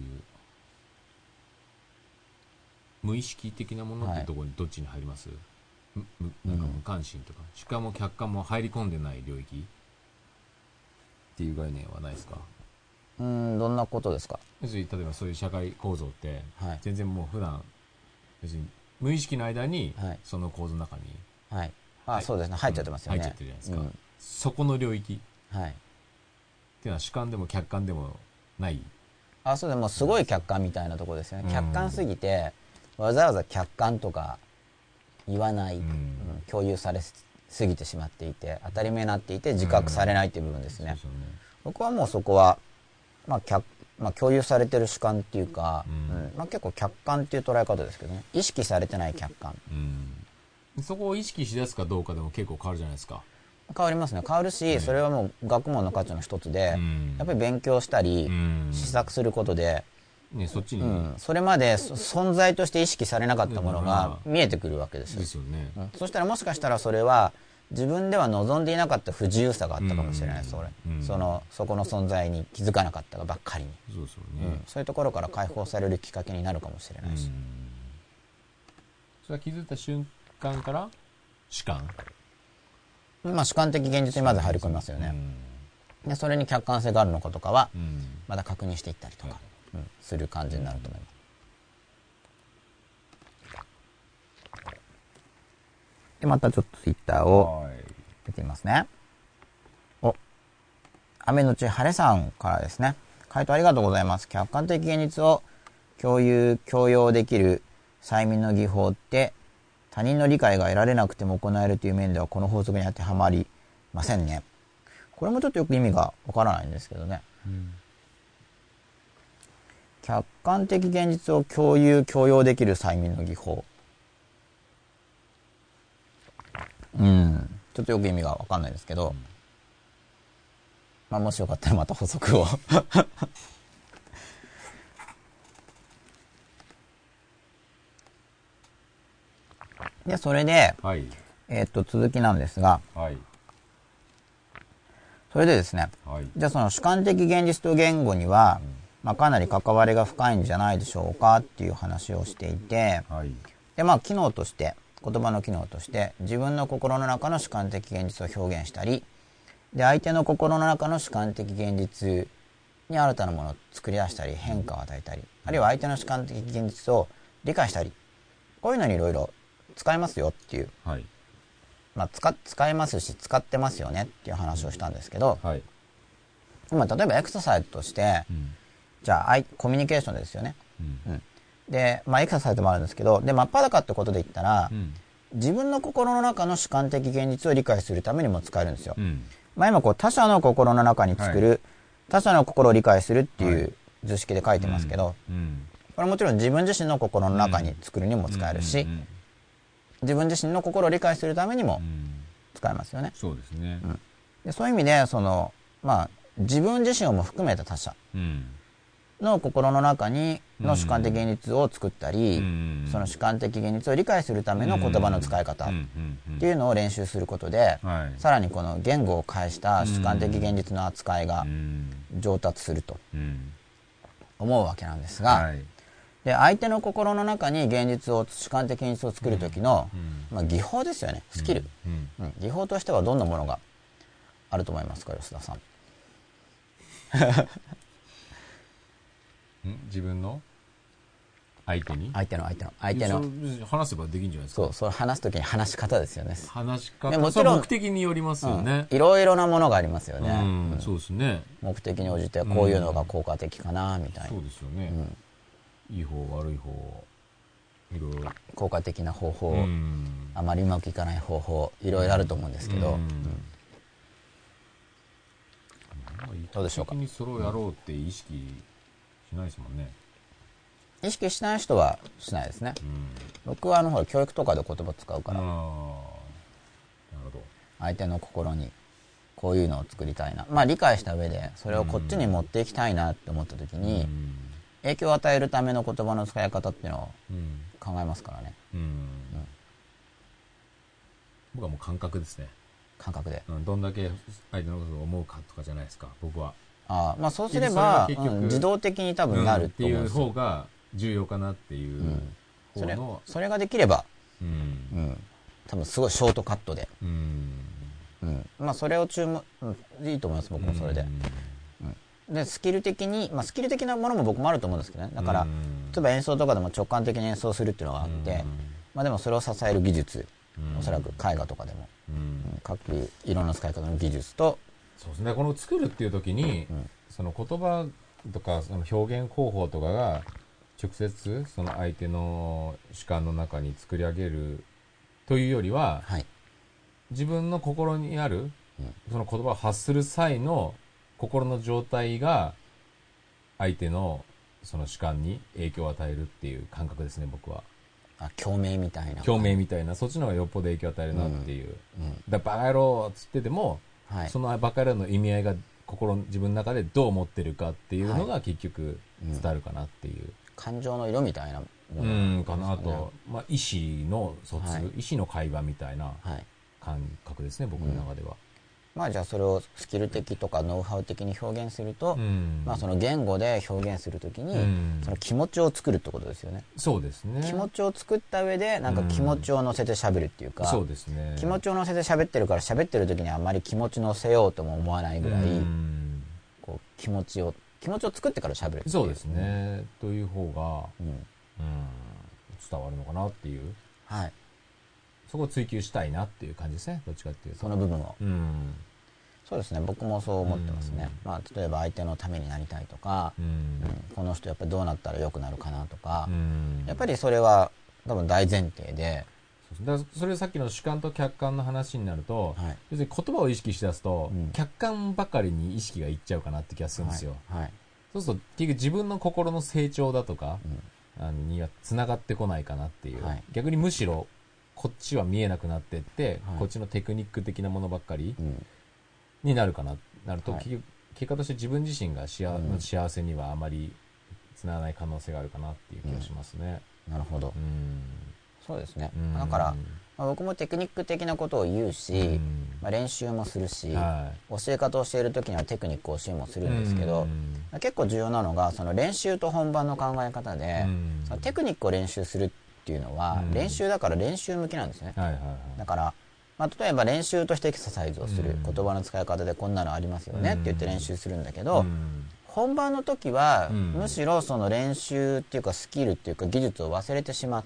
無意識的なものってところにどっちに入ります？なんか無関心とか主観も客観も入り込んでない領域っていう概念はないですか？ どんなことですか？ 要するに例えばそういう社会構造って、全然もう普段別に無意識の間にその構造の中に、 そうですね、入っちゃってますよね。 入っちゃってるじゃないですか、そこの領域、っていうのは主観でも客観でもない。 そうでもすごい客観みたいなところですよね。客観すぎてわざわざ客観とか言わない、共有されすぎてしまっていて当たり前になっていて自覚されないっていう部分ですね。僕はもうそこは、共有されてる主観っていうか、結構客観っていう捉え方ですけどね。意識されてない客観、 そこを意識しだすかどうかでも結構変わるじゃないですか。 変わりますね。変わるし、それはもう学問の価値の一つで、やっぱり勉強したり、試作することで、 そっちに、 それまで存在として意識されなかったものが見えてくるわけですよ。 ですよね。 そしたらもしかしたらそれは自分では望んでいなかった不自由さがあったかもしれないです。そこの存在に気づかなかったがばっかりに。 そうですよね。 そういうところから解放されるきっかけになるかもしれないし。 それは気づいた瞬間から主観、 主観的現実にまず入り込みますよね。でそれに客観性があるのかとかはまだ確認していったりとか、する感じになると思います。でまたちょっとツイッターを見てみますね。雨のち晴れさんからですね。回答ありがとうございます。客観的現実を共用できる催眠の技法って他人の理解が得られなくても行えるという面ではこの法則に当てはまりませんね。これもちょっとよく意味がわからないんですけどね。客観的現実を共用できる催眠の技法。ちょっとよく意味がわかんないですけど、もしよかったらまた補足をでそれで、続きなんですが、それでですね、じゃあその主観的現実と言語には、かなり関わりが深いんじゃないでしょうかっていう話をしていて、で機能として言葉の機能として自分の心の中の主観的現実を表現したり、で相手の心の中の主観的現実に新たなものを作り出したり変化を与えたり、あるいは相手の主観的現実を理解したり、こういうのにいろいろ使えますよっていう、使えますし使ってますよねっていう話をしたんですけど、例えばエクササイズとして、じゃあコミュニケーションですよね、 で、エクササイズもあるんですけど、で、真っ裸ってことで言ったら、自分の心の中の主観的現実を理解するためにも使えるんですよ。今他者の心の中に作る、他者の心を理解するっていう図式で書いてますけど、これもちろん自分自身の心の中に作るにも使えるし、自分自身の心を理解するためにも使えますよね。 そうですね。 でそういう意味で、自分自身をも含めた他者の心の中にの主観的現実を作ったり、その主観的現実を理解するための言葉の使い方っていうのを練習することで、さらにこの言語を介した主観的現実の扱いが上達すると思うわけなんですが、で相手の心の中に現実を主観的現実を作る時の、技法ですよね、スキル、技法としてはどんなものがあると思いますか、吉田さん。 自分の相手の話せばできるんじゃないですか。 それ話すときに話し方ですよね。 話し方もちろん目的によりますよね。 いろいろなものがありますよね。 そうですね。 目的に応じてこういうのが効果的かなみたいな。 そうですよね。いい方悪い方いろいろ効果的な方法、あまりうまくいかない方法、いろいろあると思うんですけど、どうでしょうか。 意識的にそれをやろうって意識しないですもんね。 意識しない人はしないですね。僕はほら教育とかで言葉使うから、 なるほど。 相手の心にこういうのを作りたいな、理解した上でそれをこっちに持っていきたいなって思った時に、影響を与えるための言葉の使い方っていうのを考えますからね。 僕はもう感覚ですね。 感覚で、 どんだけ相手のことを思うかとかじゃないですか、僕は。 そうすれば自動的に多分なるっていう方が重要かなっていう方の、 それができれば、多分すごいショートカットで、それをいいと思います。僕もそれで。でスキル的に、スキル的なものも僕もあると思うんですけどね。だから例えば演奏とかでも直感的に演奏するっていうのがあって、でもそれを支える技術、おそらく絵画とかでも、各色の使い方の技術と、 そうですね、この作るっていう時に、その言葉とかその表現方法とかが直接その相手の主観の中に作り上げるというよりは、自分の心にある、その言葉を発する際の心の状態が相手のその主観に影響を与えるっていう感覚ですね、僕は。 共鳴みたいな。 共鳴みたいな、そっちの方がよっぽど影響を与えるなっていう。だからバカ野郎っつってても、そのバカ野郎の意味合いが自分の中でどう思ってるかっていうのが結局伝わるかなっていう。 感情の色みたいなものかなと、意思の疎通、意思の会話みたいな感覚ですね、僕の中では。 じゃあそれをスキル的とかノウハウ的に表現すると、その言語で表現するときに、その気持ちを作るってことですよね。 そうですね。 気持ちを作った上でなんか気持ちを乗せて喋るっていうか、 そうですね。 気持ちを乗せて喋ってるから、喋ってる時にあんまり気持ち乗せようとも思わないぐらい、こう気持ちを作ってから喋るっていう。 そうですね。という方が、伝わるのかなっていう。そこを追求したいなっていう感じですね、どっちかっていうと。 その部分を。そうですね、僕もそう思ってますね。例えば相手のためになりたいとか、この人やっぱりどうなったら良くなるかなとか、やっぱりそれは多分大前提で。 だからそれさっきの主観と客観の話になると、要するに言葉を意識しだすと、客観ばかりに意識がいっちゃうかなって気がするんですよ。そうすると結局自分の心の成長だとか、にはつながってこないかなっていう。逆にむしろこっちは見えなくなってって、こっちのテクニック的なものばっかりになると、結果として自分自身が幸せにはあまりつながない可能性があるかなっていう気がしますね。 なるほど。そうですね。だから、僕もテクニック的なことを言うし、練習もするし、教え方を教えるときにはテクニックを教えもするんですけど、結構重要なのがその練習と本番の考え方で、そのテクニックを練習するっていうのは、練習だから練習向きなんですね。だから、例えば練習としてエクササイズをする、言葉の使い方でこんなのありますよねって言って練習するんだけど、本番の時はむしろその練習っていうかスキルっていうか技術を忘れてしまって、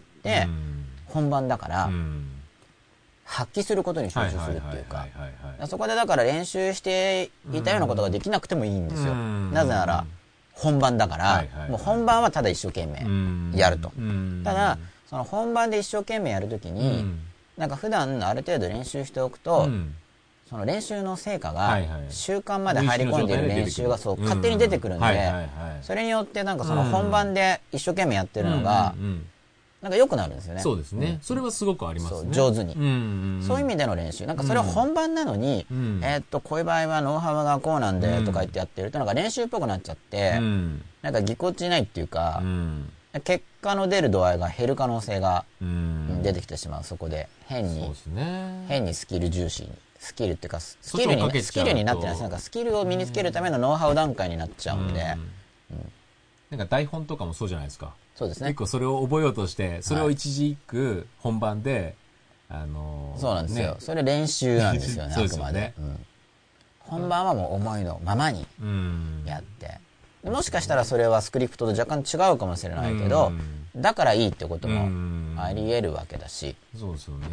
本番だから発揮することに集中するっていうか、そこでだから練習していたようなことができなくてもいいんですよ。なぜなら本番だから、もう本番はただ一生懸命やると。ただ、その本番で一生懸命やるときに、なんか普段ある程度練習しておくと、その練習の成果が習慣まで入り込んでいる練習がそう勝手に出てくるんで、それによってなんかその本番で一生懸命やってるのがなんか良くなるんですよね。 そうですね。それはすごくありますね。 上手に。そういう意味での練習。なんかそれは本番なのに、こういう場合はノウハウがこうなんでとか言ってやってるとなんか練習っぽくなっちゃって、なんかぎこちないっていうか、結果の出る度合いが減る可能性が出てきてしまう。そこで変にスキル重視に。スキルっていうかスキルになってないです。なんかスキルを身につけるためのノウハウ段階になっちゃうんで、 なんか台本とかもそうじゃないですか。 そうですね。 結構それを覚えようとしてそれを一字一句本番で、 そうなんですよ、それ練習なんですよね。あくまで、本番はもう思いのままにやって、もしかしたらそれはスクリプトと若干違うかもしれないけど、だからいいってこともあり得るわけだし、 そうですよね。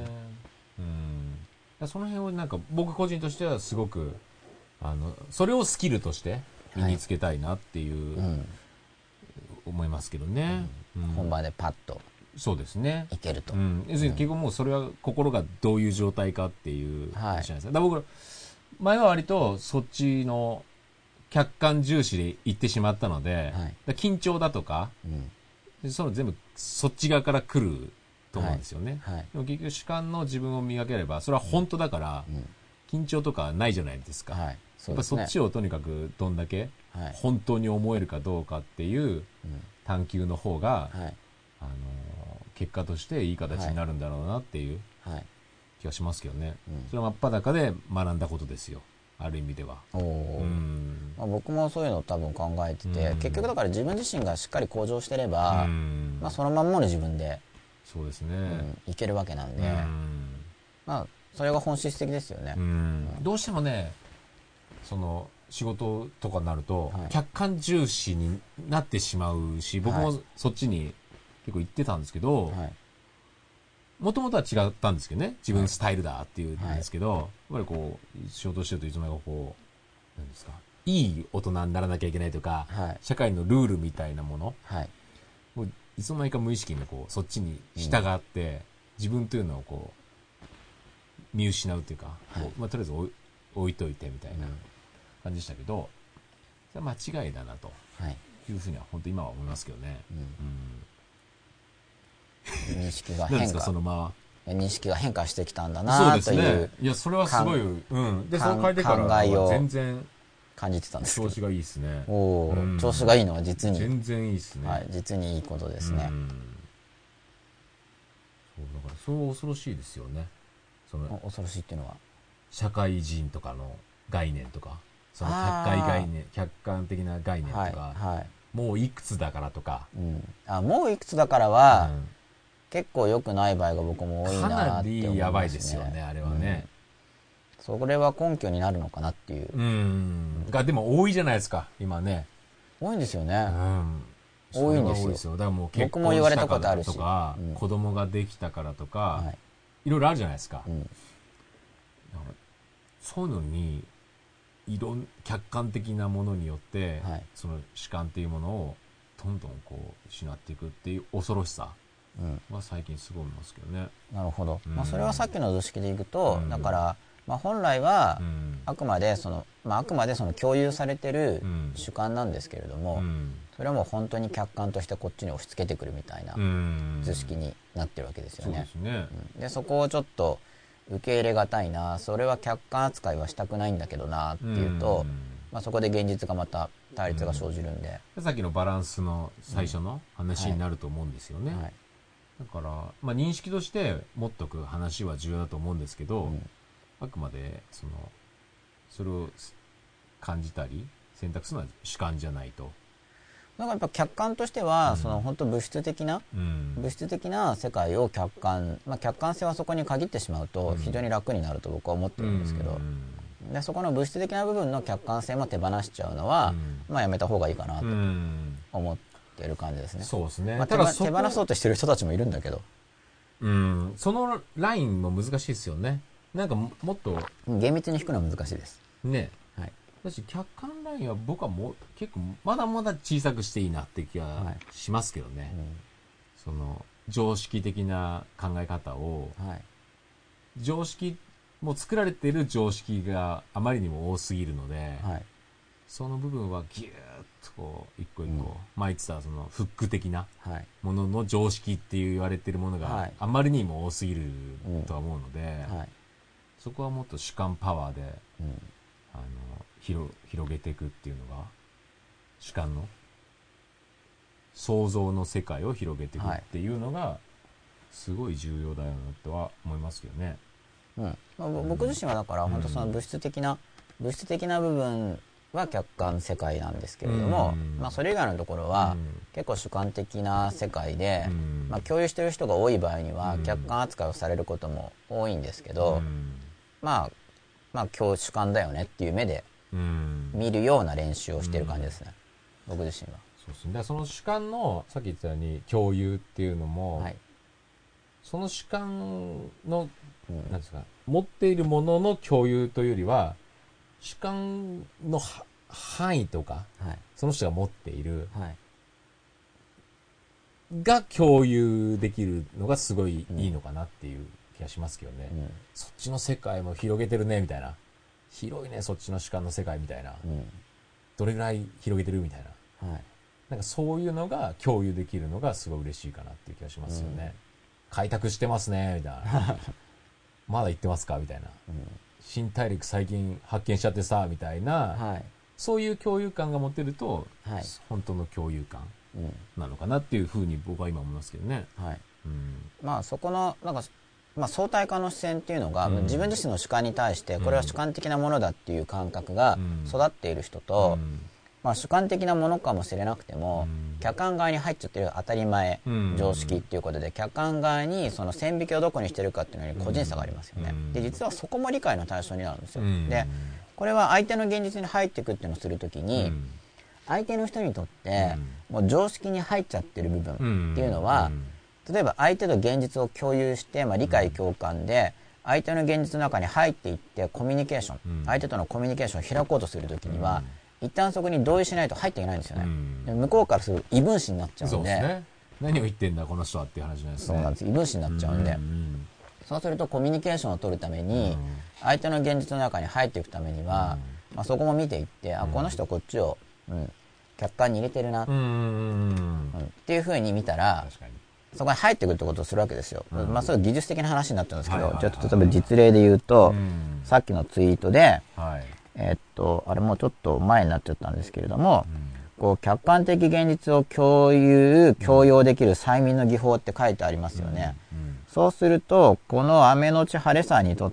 その辺をなんか僕個人としてはすごくそれをスキルとして身につけたいなっていう、思いますけどね、 本番でパッとそうですねいけると、 要するに結構もうそれは心がどういう状態かっていう話じゃないですか。だから僕前は割とそっちの客観重視で行ってしまったので、緊張だとか、その全部そっち側から来ると思うんですよね、でも結局主観の自分を磨ければそれは本当だから、緊張とかないじゃないですか、やっぱそっちをとにかくどんだけ本当に思えるかどうかっていう探求の方が、結果としていい形になるんだろうなっていう気がしますけどね、それは真っ裸で学んだことですよ、ある意味では。 僕もそういうのを多分考えてて、結局だから自分自身がしっかり向上してれば、そのまんまの自分でそうですね、 いけるわけなんで、それが本質的ですよね。 どうしてもねその仕事とかになると、客観重視になってしまうし、僕もそっちに結構行ってたんですけど、もともとは違ったんですけどね、自分スタイルだっていうんですけど、やっぱりこう仕事してるといつの間にかこうなんですか、いい大人にならなきゃいけないとか、社会のルールみたいなもの、もういつの間にか無意識にこうそっちに従って、自分というのをこう見失うというか、とりあえず置いといてみたいな感じでしたけど、それは間違いだなというふうには本当に今は思いますけどね。 認識が変化その認識が変化してきたんだなという、 いやそれはすごい、でそう変えてからは全然感じてたんですけど、 調子がいいですね。 調子がいいのは実に全然いいですね、 実にいいことですね。 そうだからそう恐ろしいですよね。その恐ろしいっていうのは社会人とかの概念とか、その客観的な概念とか、もういくつだからとか、 もういくつだからは、結構良くない場合が僕も多いなって思いますね。 かなりやばいですよね、あれはね。 それは根拠になるのかなっていう。 がでも多いじゃないですか今ね。 多いんですよね。多いんですよ。 だからもう結婚したからとか、子供ができたからとか、いろいろあるじゃないですか。そういうのに客観的なものによって、その主観っていうものをどんどんこう失っていくっていう恐ろしさは最近すごい思いますけどね。 なるほど。それはさっきの図式でいくと、だから本来はあくまでその共有されてる主観なんですけれども、それはもう本当に客観としてこっちに押し付けてくるみたいな図式になってるわけですよね。でそこをちょっと受け入れがたいな、それは客観扱いはしたくないんだけどなっていうと、そこで現実がまた対立が生じるんで、 さっきのバランスの最初の話になると思うんですよね。だから、認識として持っとく話は重要だと思うんですけど、あくまでそれを感じたり選択するのは主観じゃないと。 だからやっぱ客観としては、その本当物質的な世界を客観性はそこに限ってしまうと非常に楽になると僕は思ってるんですけど、でそこの物質的な部分の客観性も手放しちゃうのは、やめた方がいいかなと思ってる感じですね。 そうですね。 手放そうとしてる人たちもいるんだけど、 そのラインも難しいですよね。なんかもっと厳密に引くのは難しいですね。 だし客観ラインは僕はもう結構まだまだ小さくしていいなって気はしますけどね、その常識的な考え方を、常識もう作られている常識があまりにも多すぎるので、その部分はギューッとこう一個一個、前言ってたそのフック的なものの常識っていう言われているものがあまりにも多すぎるとは思うので、そこはもっと主観パワーで、広げていくっていうのが主観の想像の世界を広げていくっていうのがすごい重要だよなとは思いますけどね。 僕自身はだから本当その物質的な部分は客観世界なんですけれども、それ以外のところは結構主観的な世界で、共有している人が多い場合には客観扱いをされることも多いんですけど、今日主観だよねっていう目で見るような練習をしてる感じですね、僕自身は。 そうですね。だからその主観のさっき言ったように共有っていうのも、その主観の、なんですか、持っているものの共有というよりは主観の範囲とか、その人が持っている、が共有できるのがすごいいいのかなっていう気がしますけどね、そっちの世界も広げてるねみたいな、広いねそっちの主観の世界みたいな、どれぐらい広げてるみたいな、なんかそういうのが共有できるのがすごい嬉しいかなっていう気がしますよね、開拓してますねみたいなまだ行ってますかみたいな、新大陸最近発見しちゃってさみたいな、そういう共有感が持てると、本当の共有感なのかなっていうふうに僕は今思いますけどね。 そこのなんか相対化の視線っていうのが、自分自身の主観に対してこれは主観的なものだっていう感覚が育っている人と、主観的なものかもしれなくても、客観側に入っちゃってる当たり前、常識っていうことで客観側にその線引きをどこにしてるかっていうのに個人差がありますよね。で実はそこも理解の対象になるんですよ。でこれは相手の現実に入っていくっていうのをするときに、相手の人にとってもう常識に入っちゃってる部分っていうのは、例えば相手と現実を共有して、理解共感で相手の現実の中に入っていってコミュニケーション、相手とのコミュニケーションを開こうとするときには、一旦そこに同意しないと入っていけないんですよね。向こうからすると異分子になっちゃうんで、 そうですね、何を言ってんだこの人はっていう話なんですね。 そうなんです、異分子になっちゃうんで、そうするとコミュニケーションを取るために、相手の現実の中に入っていくためには、そこも見ていって、この人こっちを、客観に入れてるな、っていうふうに見たら、そこに入ってくるってことをするわけですよ。それは技術的な話になっちゃうんですけど、ちょっと例えば実例で言うと、さっきのツイートで、あれもうちょっと前になっちゃったんですけれども、こう客観的現実を共用できる催眠の技法って書いてありますよね。そうするとこの雨のち晴れさんにとって、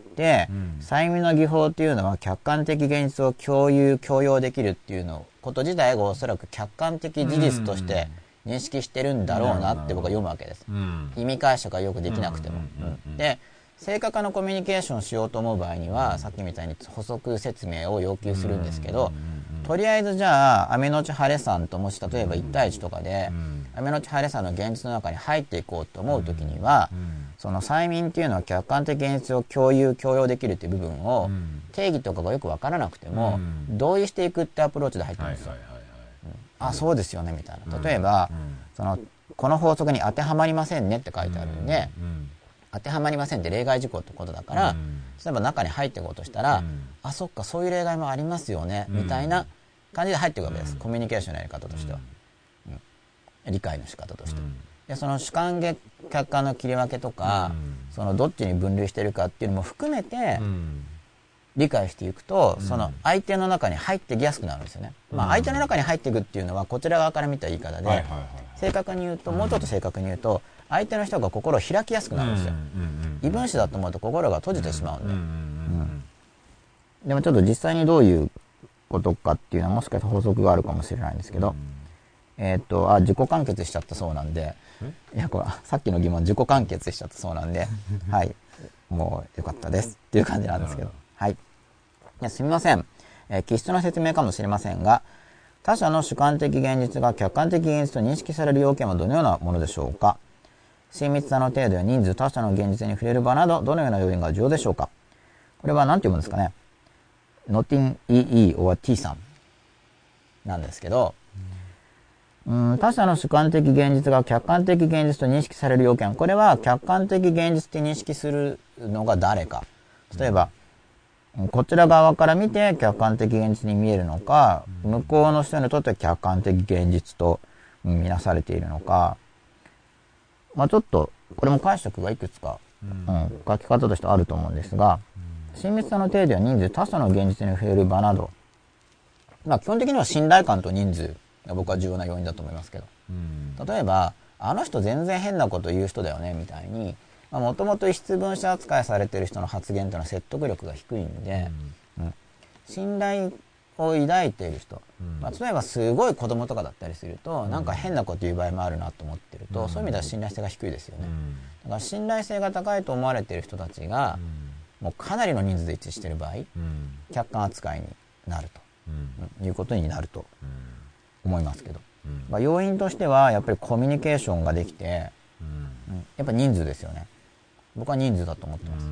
催眠の技法っていうのは客観的現実を共用できるっていうこと自体がおそらく客観的事実として認識してるんだろうなって僕は読むわけです。意味解釈がよくできなくても。で正確なコミュニケーションをしようと思う場合には、さっきみたいに補足説明を要求するんですけど、とりあえずじゃあ雨のち晴れさんともし例えば1対1とかで、雨のち晴れさんの現実の中に入っていこうと思うときには、その催眠っていうのは客観的現実を共用できるっていう部分を、定義とかがよく分からなくても、同意していくってアプローチで入ってるんですよ。そうですよねみたいな。例えば、この法則に当てはまりませんねって書いてあるんで、当てはまりませんって例外事項ってことだから、例えば中に入っていこうとしたら、そっかそういう例外もありますよね、みたいな感じで入っていくわけです。コミュニケーションのやり方としては、理解の仕方として、でその主観客観の切り分けとか、そのどっちに分類してるかっていうのも含めて、理解していくと、その相手の中に入ってきやすくなるんですよね。相手の中に入っていくっていうのはこちら側から見た言い方で、正確に言うと、もうちょっと正確に言うと、相手の人が心を開きやすくなるんですよ。異分子だと思うと心が閉じてしまうんで。でもちょっと実際にどういうことかっていうのはもしかしたら法則があるかもしれないんですけど、自己完結しちゃったそうなんで、さっきの疑問自己完結しちゃったそうなんで、はい、もうよかったですっていう感じなんですけど、はい。すみません、気質の説明かもしれませんが、他者の主観的現実が客観的現実と認識される要件はどのようなものでしょうか。親密さの程度や人数、他者の現実に触れる場など、どのような要因が重要でしょうか。これは何て読むんですかね。 Notin EE or T さんなんですけど、他者の主観的現実が客観的現実と認識される要件。これは客観的現実って認識するのが誰か。例えば、こちら側から見て客観的現実に見えるのか、向こうの人にとって客観的現実と見なされているのか。まあちょっと、これも解釈がいくつか、書き方としてあると思うんですが、親密さの定義は人数、他者の現実に触れる場など。まあ基本的には信頼感と人数が僕は重要な要因だと思いますけど。例えば、あの人全然変なこと言う人だよね、みたいに、もともと異質分子扱いされている人の発言というのは説得力が低いんで、信頼を抱いている人、例えばすごい子供とかだったりすると、なんか変なこと言う場合もあるなと思ってると、そういう意味では信頼性が低いですよね。だから信頼性が高いと思われている人たちが、もうかなりの人数で一致している場合、客観扱いになると、いうことになると思いますけど、要因としてはやっぱりコミュニケーションができて、やっぱり人数ですよね。僕は人数だと思ってます。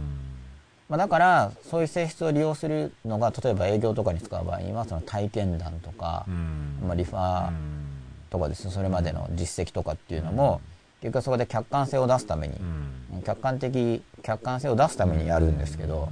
だからそういう性質を利用するのが、例えば営業とかに使う場合にはその体験談とか、リファーとかですね、それまでの実績とかっていうのも、結局そこで客観性を出すために、客観性を出すためにやるんですけど、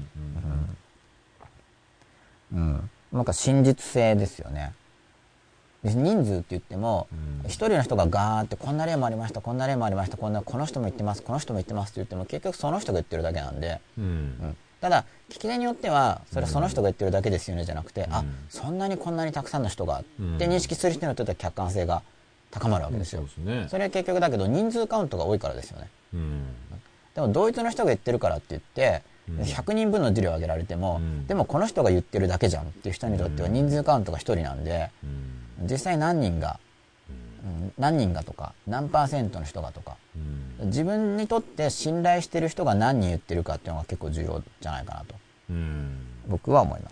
なんか真実性ですよね。人数って言っても、一人の人がガーってこんな例もありました、こんな例もありました、この人も言ってます、この人も言ってますって言っても、結局その人が言ってるだけなんで、ただ聞き手によってはそれはその人が言ってるだけですよねじゃなくて、あ、そんなにこんなにたくさんの人がって認識する人によっては客観性が高まるわけですよ。それは結局だけど人数カウントが多いからですよね。でも同一の人が言ってるからって言って100人分の事例を挙げられても、でもこの人が言ってるだけじゃんっていう人にとっては人数カウントが1人なんで、実際何人がとか何%の人がとか、自分にとって信頼してる人が何人言ってるかっていうのが結構重要じゃないかなと、僕は思います。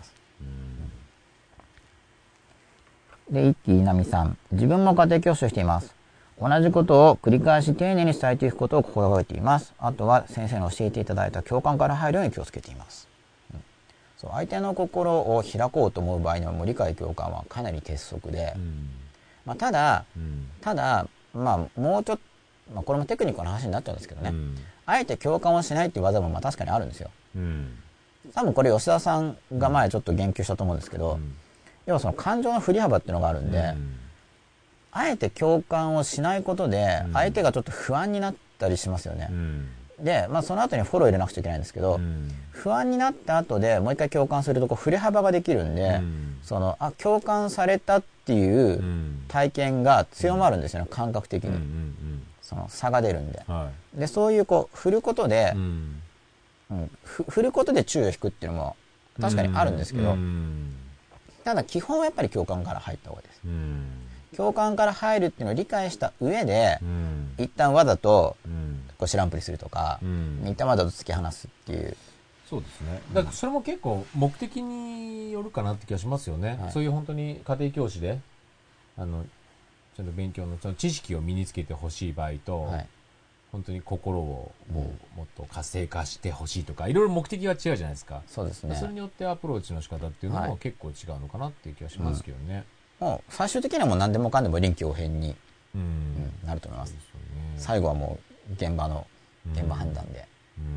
で、一木稲美さん、自分も家庭教師をしています。同じことを繰り返し丁寧に伝えていくことを心がけています。あとは先生の教えていただいた共感から入るように気をつけています。そう、相手の心を開こうと思う場合にはもう理解共感はかなり鉄則で、ただ、もうちょっと、これもテクニックの話になっちゃうんですけどね、あえて共感をしないっていう技も確かにあるんですよ。多分これ吉田さんが前ちょっと言及したと思うんですけど、要はその感情の振り幅っていうのがあるんで、あえて共感をしないことで相手がちょっと不安になったりしますよね。で、その後にフォロー入れなくちゃいけないんですけど、不安になった後でもう一回共感すると振れ幅ができるんで、共感されたっていう体験が強まるんですよね、感覚的に。その差が出るんで。で、そういう振ることで、振ることで注意を引くっていうのも確かにあるんですけど、ただ基本はやっぱり共感から入った方がいいです。共感から入るっていうのを理解した上で、一旦わざと知らんぷりするとか、一旦わざと突き放すっていう。 そうですね。だからそれも結構目的によるかなって気がしますよね。そういう本当に家庭教師でちょっと勉強のその知識を身につけてほしい場合と、本当に心をもっと活性化してほしいとか、いろいろ目的が違うじゃないですか。 そうですね。 それによってアプローチの仕方っていうのも結構違うのかなっていう気がしますけどね。 もう最終的にはもう何でもかんでも臨機応変になると思います。最後はもう現場判断で、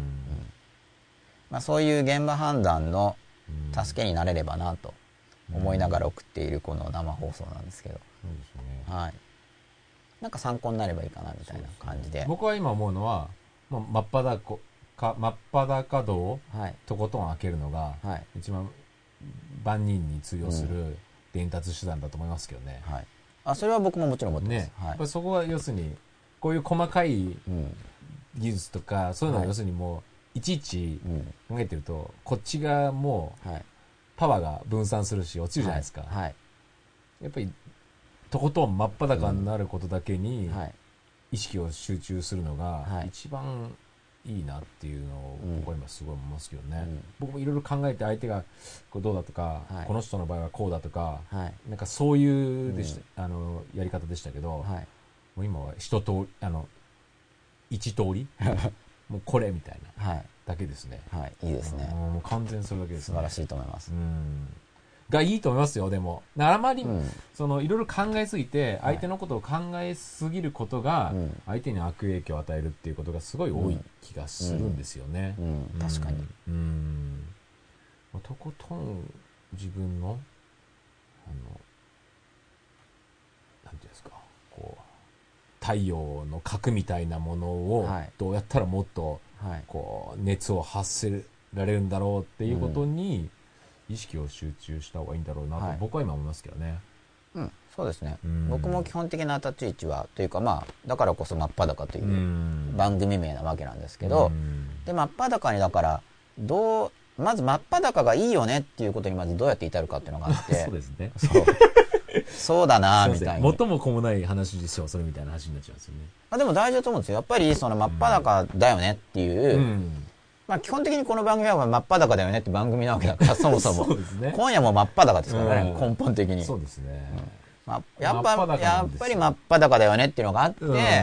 そういう現場判断の助けになれればなと思いながら送っているこの生放送なんですけど、なんか参考になればいいかなみたいな感じで。 僕は今思うのは、真っ裸道をとことん開けるのが一番万人に通用する伝達手段だと思いますけどね。 それは僕ももちろん思ってます。 そこは要するにこういう細かい技術とかそういうのを要するにもういちいち考えてるとこっちがもうパワーが分散するし落ちるじゃないですか。やっぱりとことん真っ裸になることだけに意識を集中するのが一番いいなっていうのを僕は今すごい思いますけどね。僕もいろいろ考えて相手がどうだとか、この人の場合はこうだとか、なんかそういうやり方でしたけど、もう今は一通りもうこれみたいな、 はい、 だけですね。 はい、いいですね。 もう完全にそれだけですね。 素晴らしいと思います。 がいいと思いますよ。でもあまり、いろいろ考えすぎて相手のことを考えすぎることが相手に悪影響を与えるっていうことがすごい多い気がするんですよね。 確かに。 とことん自分のなんていうんですか、こう太陽の核みたいなものをどうやったらもっとこう熱を発せられるんだろうっていうことに意識を集中した方がいいんだろうなと僕は今思いますけどね。 そうですね。僕も基本的な立ち位置はというか、まあだからこそ真っ裸という番組名なわけなんですけど、で真っ裸にだからまず真っ裸がいいよねっていうことにまずどうやって至るかっていうのがあってそうですね。 そうだなみたいな。 元も子もない話でしょ、それみたいな話になっちゃうんですよね。 でも大事だと思うんですよ。やっぱりその真っ裸だよねっていう、まあ基本的にこの番組は真っ裸だよねって番組なわけだから、そもそも。今夜も真っ裸ですからね、根本的に。 そうですね。 やっぱり真っ裸だよねっていうのがあって、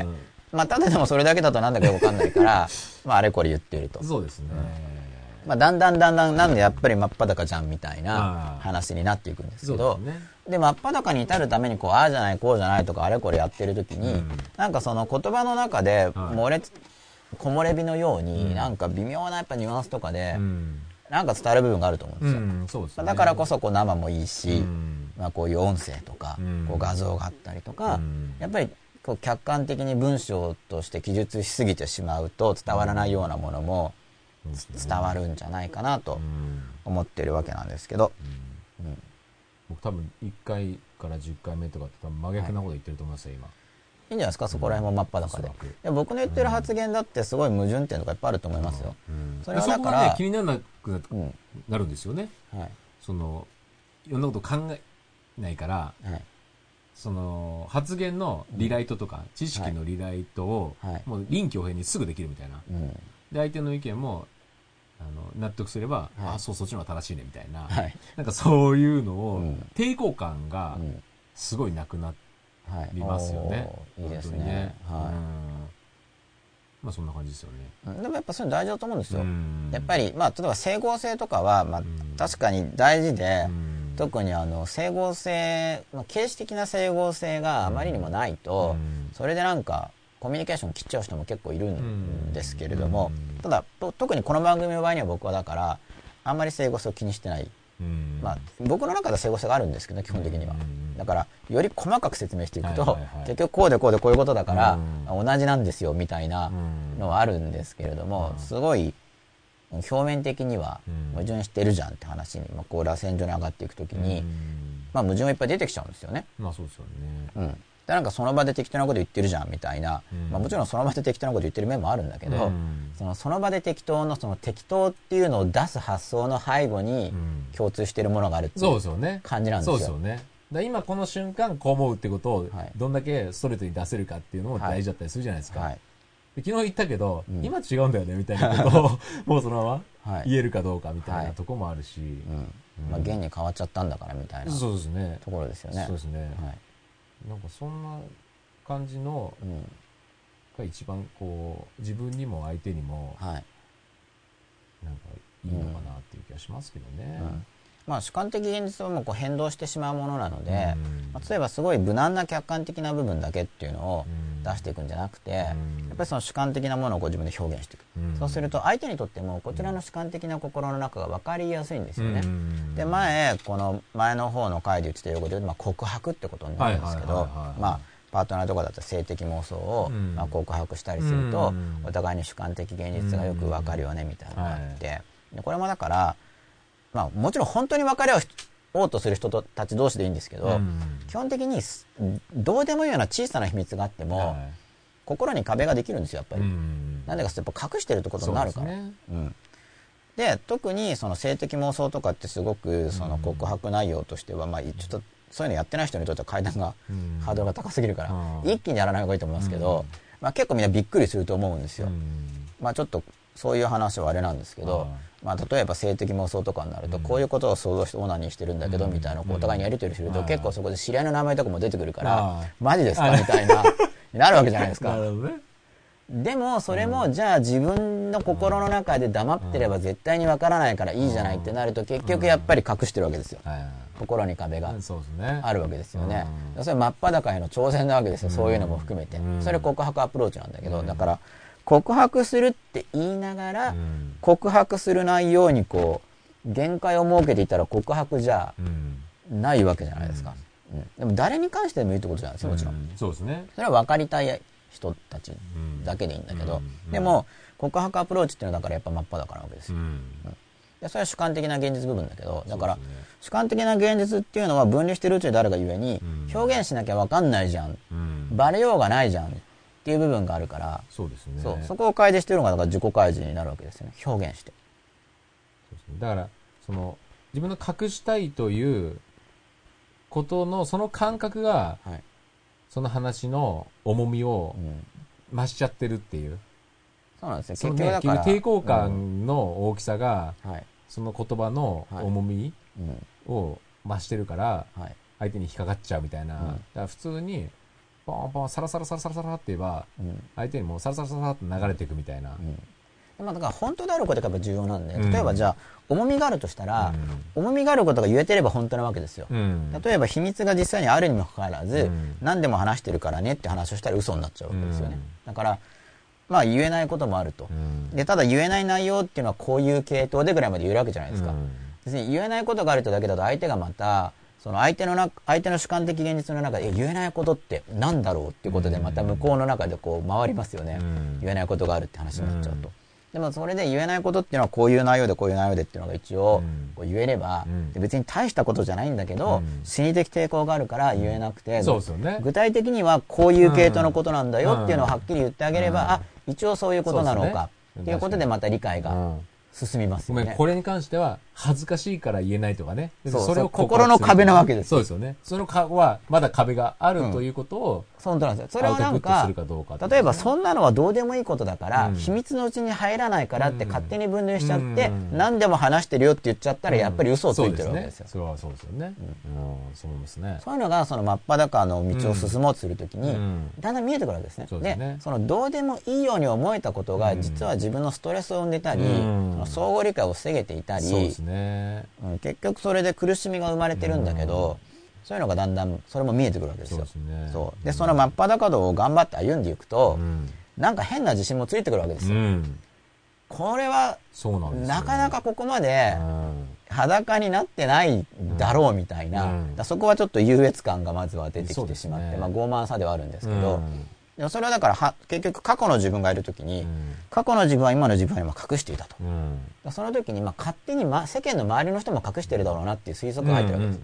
まあただでもそれだけだとなんだかよくわかんないから、まああれこれ言っていると。 そうですね。 まあだんだんなんでやっぱり真っ裸じゃんみたいな話になっていくんですけど、で真っ裸に至るためにこうああじゃないこうじゃないとかあれこれやってる時に、なんかその言葉の中で木漏れ日のようになんか微妙なやっぱニュアンスとかでなんか伝わる部分があると思うんですよ。だからこそこう生もいいし、まあこういう音声とかこう画像があったりとか、やっぱりこう客観的に文章として記述しすぎてしまうと伝わらないようなものも伝わるんじゃないかなと思ってるわけなんですけど、 僕多分1回から10回目とかって多分真逆なこと言ってると思いますよ、今。 いいんじゃないですか、そこら辺も真っ裸で。僕の言ってる発言だってすごい矛盾点とかいっぱいあると思いますよ。 それはだから気にならなくなるんですよね。そのいろんなこと考えないから、その発言のリライトとか知識のリライトをもう臨機応変にすぐできるみたいな。で相手の意見も納得すれば、そっちの方が正しいねみたいな、なんかそういうのを抵抗感がすごいなくなりますよね。 いいですね。 まあそんな感じですよね。 でもやっぱそういうの大事だと思うんですよ。やっぱりまあ例えば整合性とかはまあ確かに大事で、特に整合性、形式的な整合性があまりにもないと、それでなんかコミュニケーション切っちゃう人も結構いるんですけれども、ただ特にこの番組の場合には僕はだからあんまり整合性を気にしてない。まあ僕の中では整合性があるんですけど、基本的には。だからより細かく説明していくと、結局こうでこうでこういうことだから同じなんですよみたいなのはあるんですけれども、すごい表面的には矛盾してるじゃんって話に、こう螺旋状に上がっていくときに、まあ矛盾がいっぱい出てきちゃうんですよね。 まあそうですよね。 でなんかその場で適当なこと言ってるじゃんみたいな、もちろんその場で適当なこと言ってる面もあるんだけど、その場で適当のその適当っていうのを出す発想の背後に共通しているものがあるっていう感じなんですよ。 そうですよね。だ今この瞬間こう思うってことをどんだけストレートに出せるかっていうのも大事だったりするじゃないですか。で昨日言ったけど、今違うんだよねみたいなことをもうそのまま言えるかどうかみたいなところもあるし、 まあ現に変わっちゃったんだからみたいなところですよね。 そうですね。なんかそんな感じのが一番こう自分にも相手にもなんかいいのかなっていう気がしますけどね。 まあ主観的現実はもうこう変動してしまうものなので、例えばすごい無難な客観的な部分だけっていうのを出していくんじゃなくて、やっぱりその主観的なものをこう自分で表現していく。そうすると相手にとってもこちらの主観的な心の中が分かりやすいんですよね。でこの前の方の回で言ってた用語で言うと、告白ってことになるんですけど、パートナーとかだったら性的妄想を告白したりすると、お互いに主観的現実がよく分かるよねみたいなのがあって、これもだからもちろん本当に分かり合おうとする人たち同士でいいんですけど、基本的にどうでもいいような小さな秘密があっても、心に壁ができるんですよやっぱり。なんでかってやっぱ隠してるってことになるから。で特にその性的妄想とかってすごくその告白内容としては、ちょっとそういうのやってない人にとっては階段がハードルが高すぎるから一気にやらない方がいいと思いますけど、結構みんなびっくりすると思うんですよ。ちょっとそういう話はあれなんですけど、例えば性的妄想とかになると、こういうことを想像してオナニーしてるんだけどみたいなお互いにやり取りすると、結構そこで知り合いの名前とかも出てくるから、マジですかみたいなになるわけじゃないですか。 でもそれもじゃあ自分の心の中で黙ってれば絶対にわからないからいいじゃないってなると結局やっぱり隠してるわけですよ。心に壁があるわけですよね。それ真っ裸への挑戦なわけですよ。そういうのも含めて。それ告白アプローチなんだけど、だから告白するって言いながら告白する内容にこう限界を設けていたら告白じゃないわけじゃないですか。でも誰に関してでもいいってことじゃないですか、もちろん。 そうですね。 それは分かりたい人たちだけでいいんだけど、でも告白アプローチっていうのはだからやっぱ真っ裸なわけですよ。でそれは主観的な現実部分だけど、だから主観的な現実っていうのは分離してるうちに誰がゆえに表現しなきゃ分かんないじゃん、バレようがないじゃんっていう部分があるから、 そうですね。 そこを開示してるのがだから自己開示になるわけですよね。表現して。 そうですね。だからその自分の隠したいということのその感覚が、はい、その話の重みを増しちゃってるっていう。 そうなんですよ。 結局だから抵抗感の大きさが、その言葉の重みを増してるから、相手に引っかかっちゃうみたいな。だから普通にポンポンサラサラサラサラサラって言えば、相手にもうサラサラサラって流れていくみたいな。 まあだから本当であることがやっぱ重要なんで、例えばじゃあ重みがあるとしたら、重みがあることが言えてれば本当なわけですよ。例えば秘密が実際にあるにもかかわらず、何でも話してるからねって話をしたら嘘になっちゃうわけですよね。だからまあ言えないこともあると。でただ言えない内容っていうのはこういう系統でぐらいまで言えるわけじゃないですか。別に言えないことがあるとだけだと相手がまたその相手の主観的現実の中で言えないことってなんだろうっていうことでまた向こうの中でこう回りますよね。言えないことがあるって話になっちゃうと。でもそれで言えないことっていうのはこういう内容でこういう内容でっていうのが一応こう言えれば、別に大したことじゃないんだけど、心理的抵抗があるから言えなくて、具体的にはこういう系統のことなんだよっていうのをはっきり言ってあげれば、あ、一応そういうことなのかっていうことでまた理解が進みますよね。 これに関しては恥ずかしいから言えないとかね。 それを心の壁なわけです。 そうですよね。そのはまだ壁があるということを、 そうなんですよ。それはなんか、例えばそんなのはどうでもいいことだから、秘密のうちに入らないからって勝手に分類しちゃって、何でも話してるよって言っちゃったらやっぱり嘘をついてるわけですよ。 それはそうですよね。そうですね。 そういうのがその真っ裸の道を進もうとするときに、だんだん見えてくるわけですね。で、そのどうでもいいように思えたことが、実は自分のストレスを生んでたり、相互理解を防げていたり、結局それで苦しみが生まれてるんだけど、そういうのがだんだんそれも見えてくるわけですよ。そうでその真っ裸道を頑張って歩んでいくと、なんか変な自信もついてくるわけですよ。これはなかなかここまで裸になってないだろうみたいな、そこはちょっと優越感がまずは出てきてしまって、まあ傲慢さではあるんですけど、でもそれはだから結局過去の自分がいるときに、過去の自分は今の自分よりも隠していたと。その時にまあ勝手に世間の周りの人も隠してるだろうなっていう推測が入ってるわけです。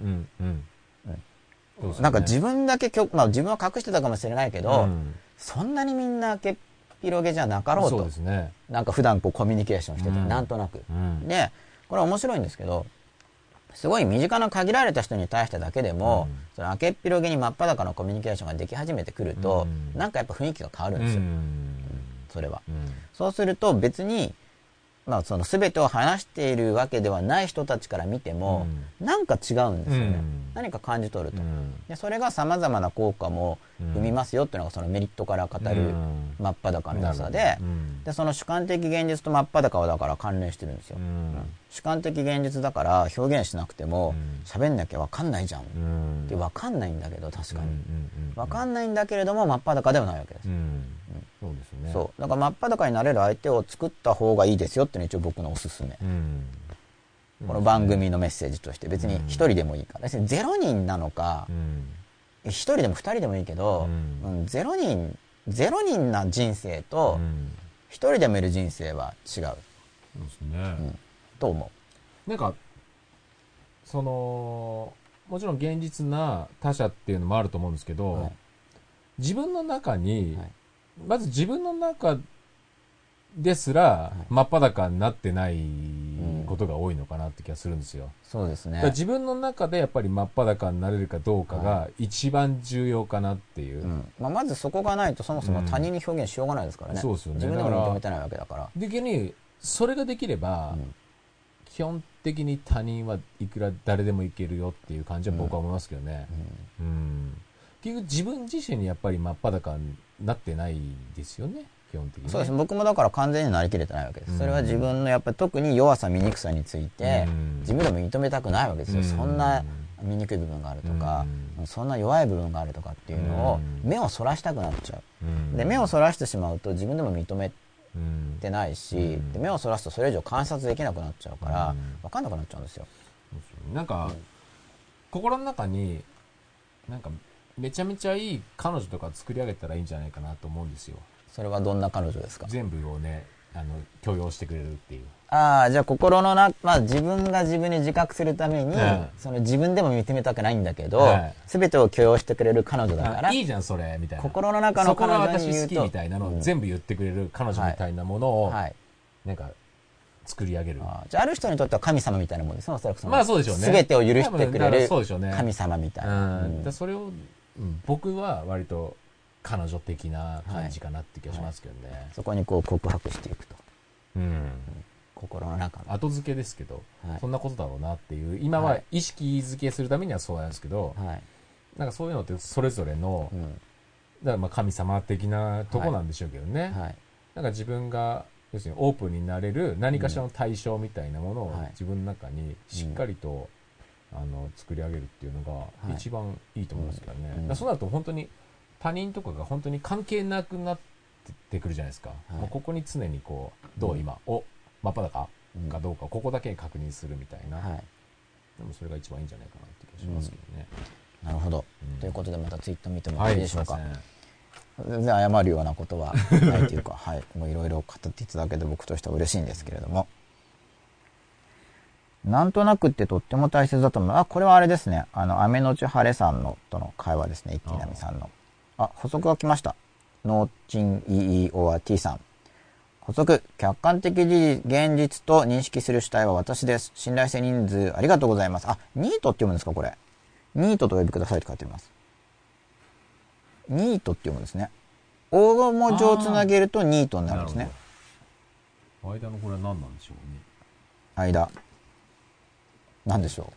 なんか自分だけまあ自分は隠してたかもしれないけど、そんなにみんな明けっ広げじゃなかろうと。なんか普段こうコミュニケーションしてて、なんとなく。で、これは面白いんですけど、すごい身近な限られた人に対してだけでも、その明けっ広げに真っ裸のコミュニケーションができ始めてくると、なんかやっぱ雰囲気が変わるんですよ。それは。そうすると別に、まあその全てを話しているわけではない人たちから見ても、なんか違うんですよね。何か感じ取ると。でそれが様々な効果も生みますよっていうのがそのメリットから語る真っ裸の良さで、その主観的現実と真っ裸はだから関連してるんですよ。主観的現実だから表現しなくても喋んなきゃ分かんないじゃんって分かんないんだけど、確かに分かんないんだけれども真っ裸ではないわけです。そうですね。そうだから真っ裸になれる相手を作った方がいいですよっていうのが一応僕のおすすめ。この番組のメッセージとして、別に一人でもいいから、別に0人なのか1人でも2人でもいいけど、0人な人生と1人でもいる人生は違う。そうですね。と思う。なんかそのもちろん現実な他者っていうのもあると思うんですけど、自分の中に、まず自分の中ですら真っ裸になってないことが多いのかなって気がするんですよ。 そうですね。 自分の中でやっぱり真っ裸になれるかどうかが一番重要かなっていう。 まずそこがないとそもそも他人に表現しようがないですからね。そうですよね。自分でも認めてないわけだから。 逆にそれができれば、基本的に他人はいくら誰でもいけるよっていう感じは僕は思いますけどね。結局自分自身にやっぱり真っ裸になってないですよね。基基本的に、ね、 そうです。僕もだから完全になりきれてないわけです。それは自分のやっぱり特に弱さ醜さについて自分でも認めたくないわけですよ。そんな醜い部分があるとか、そんな弱い部分があるとかっていうのを目をそらしたくなっちゃう。で目をそらしてしまうと自分でも認めてないし、で目をそらすとそれ以上観察できなくなっちゃうから分かんなくなっちゃうんですよ。 なんか、心の中になんかめちゃめちゃいい彼女とか作り上げたらいいんじゃないかなと思うんですよ。 それはどんな彼女ですか？ 全部をね許容してくれるっていう。 ああ、じゃあ心の中、まあ自分が自分に自覚するために、その自分でも認めたくないんだけど、全てを許容してくれる彼女だから。 いいじゃんそれみたいな。 心の中の彼女に言うと、 そこが私好きみたいなのを全部言ってくれる彼女みたいなものを、なんか作り上げる。 じゃあある人にとっては神様みたいなもんですね。おそらくその、 まあそうでしょうね。 全てを許してくれる神様みたいな。 それを、僕は割と彼女的な感じかなって気がしますけどね。 そこにこう告白していくと。心の中の後付けですけど、そんなことだろうなっていう今は意識づけするためにはそうなんですけど、なんかそういうのってそれぞれの、だからまあ神様的なとこなんでしょうけどね、なんか自分が要するにオープンになれる何かしらの対象みたいなものを自分の中にしっかりと、作り上げるっていうのが一番いいと思いますけどね、そうなると本当に他人とかが本当に関係なくなってくるじゃないですか、もうここに常にこうどう今、真っ裸かどうかここだけ確認するみたいな、でもそれが一番いいんじゃないかなって気がしますけどね。 なるほど、ということでまたツイート見てもいいでしょうか。全然謝るようなことはないというか、もういろいろ語っていただけて僕としては嬉しいんですけれども、なんとなくってとっても大切だと思う。これはあれですね、雨のち晴れさんのとの会話ですね。一気なみさんの補足が来ました。ノーチン EEORT さん、補足、客観的現実と認識する主体は私です。信頼性人数ありがとうございます。ニートって読むんですか？これニートとお呼びくださいって書いてあります。ニートって読むんですね。大文字をつなげるとニートになるんですね。 間のこれは何なんでしょうね。 間何でしょ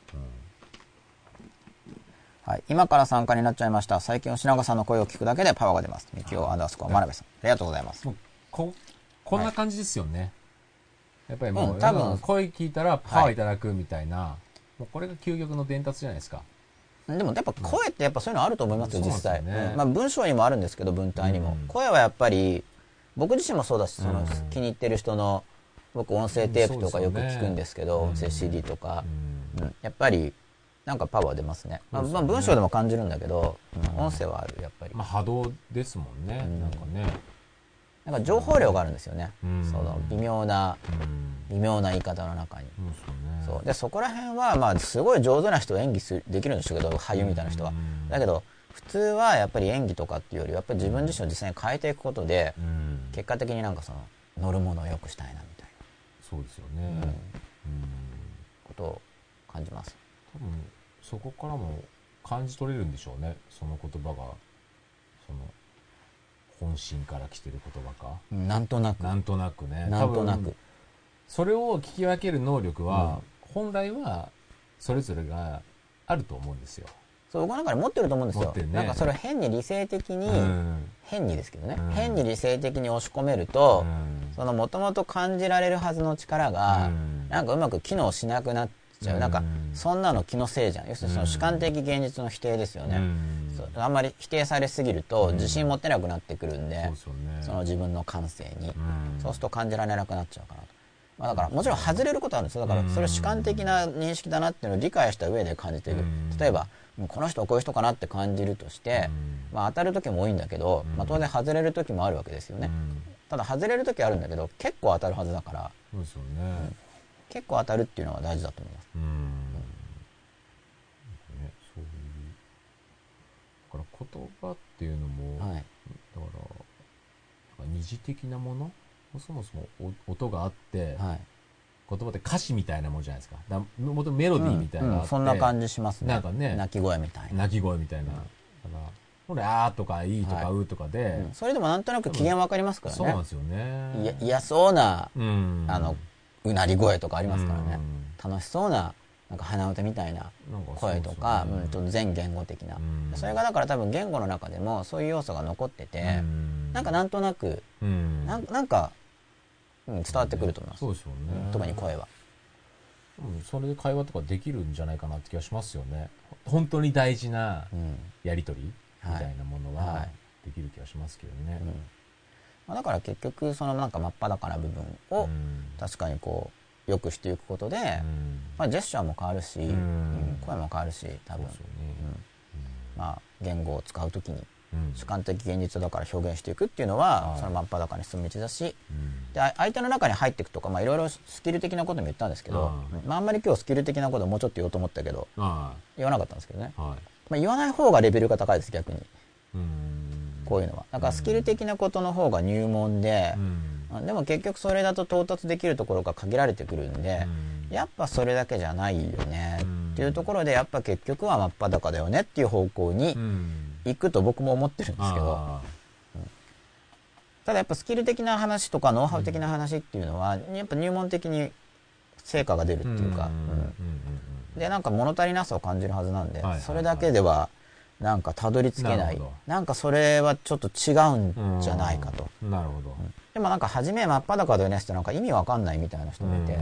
う。今から参加になっちゃいました。最近吉永さんの声を聞くだけでパワーが出ます。みきおアンダースコア真鍋さん、ありがとうございます。 こんな感じですよね。やっぱりもう、多分声聞いたらパワーいただくみたいな、もうこれが究極の伝達じゃないですか。 でもやっぱ声ってやっぱそういうのあると思いますよ、実際。文章にもあるんですけど、文体にも。声はやっぱり、僕自身もそうだし、その気に入ってる人の、僕音声テープとかよく聞くんですけど、音声 CD とか、やっぱりなんかパワー出ますね。文章でも感じるんだけど、音声はある、やっぱり。 波動ですもんね、なんかね。 なんか情報量があるんですよね。その微妙な言い方の中に。そうでそこら辺はまあすごい上手な人は演技できるんですけど、俳優みたいな人は。だけど普通はやっぱり演技とかっていうよりやっぱり自分自身を実際に変えていくことで、結果的になんかその乗るものを良くしたいなみたいな。 そうですよね。 ことを感じます。 多分そこからも感じ取れるんでしょうね。その言葉がその本心から来てる言葉か。 なんとなくね。なんとなく。 それを聞き分ける能力は、本来はそれぞれがあると思うんですよ。 そう、僕の中で持ってると思うんですよ。なんかそれを変に理性的に、変にですけどね、変に理性的に押し込めると、そのもともと感じられるはずの力が、なんかうまく機能しなくなっちゃう。なんかそんなの気のせいじゃん。要するにその主観的現実の否定ですよね。あんまり否定されすぎると自信持てなくなってくるんで、その自分の感性に、そうすると感じられなくなっちゃうかなと。だからもちろん外れることあるんですよ。だからそれ主観的な認識だなっていうのを理解した上で感じていく。例えばこの人はこういう人かなって感じるとして、当たる時も多いんだけど、当然外れる時もあるわけですよね。ただ外れる時あるんだけど結構当たるはずだから、結構当たるっていうのは大事だと思います。 そういうだから言葉っていうのも、だから二次的なもの、そもそも音があって、言葉って歌詞みたいなものじゃないですか。もとメロディーみたいな、 そんな感じしますね。 なんかね、 鳴き声みたいな。 だからほらあーとかいいとかうとかで、 それでもなんとなく機嫌わかりますからね。 そうなんですよね。 嫌そうなうなり声とかありますからね。楽しそうななんか鼻歌みたいな声とか、全言語的な、それがだから多分言語の中でもそういう要素が残ってて、なんとなく、なんか、伝わってくると思います。 そうですよね。 特に声は。 それで会話とかできるんじゃないかなって気がしますよね。本当に大事なやり取りみたいなものはできる気がしますけどね。 だから結局そのなんか真っ裸な部分を確かにこうよくしていくことで、ジェスチャーも変わるし、声も変わるし、多分言語を使うときに主観的現実だから表現していくっていうのはその真っ裸に進む道だし、で相手の中に入っていくとかいろいろスキル的なことも言ったんですけど、あんまり今日スキル的なこともうちょっと言おうと思ったけど言わなかったんですけどね、言わない方がレベルが高いです、逆に。こういうのはだからスキル的なことの方が入門で、でも結局それだと到達できるところが限られてくるんで、やっぱそれだけじゃないよねっていうところで、やっぱ結局は真っ裸だよねっていう方向に行くと僕も思ってるんですけど、ただやっぱスキル的な話とかノウハウ的な話っていうのはやっぱ入門的に成果が出るっていうか、でなんか物足りなさを感じるはずなんで、それだけではなんかたどり着けない、なんかそれはちょっと違うんじゃないかと。 なるほど。 でもなんか初め真っ裸だよねってなんか意味わかんないみたいな人もいて、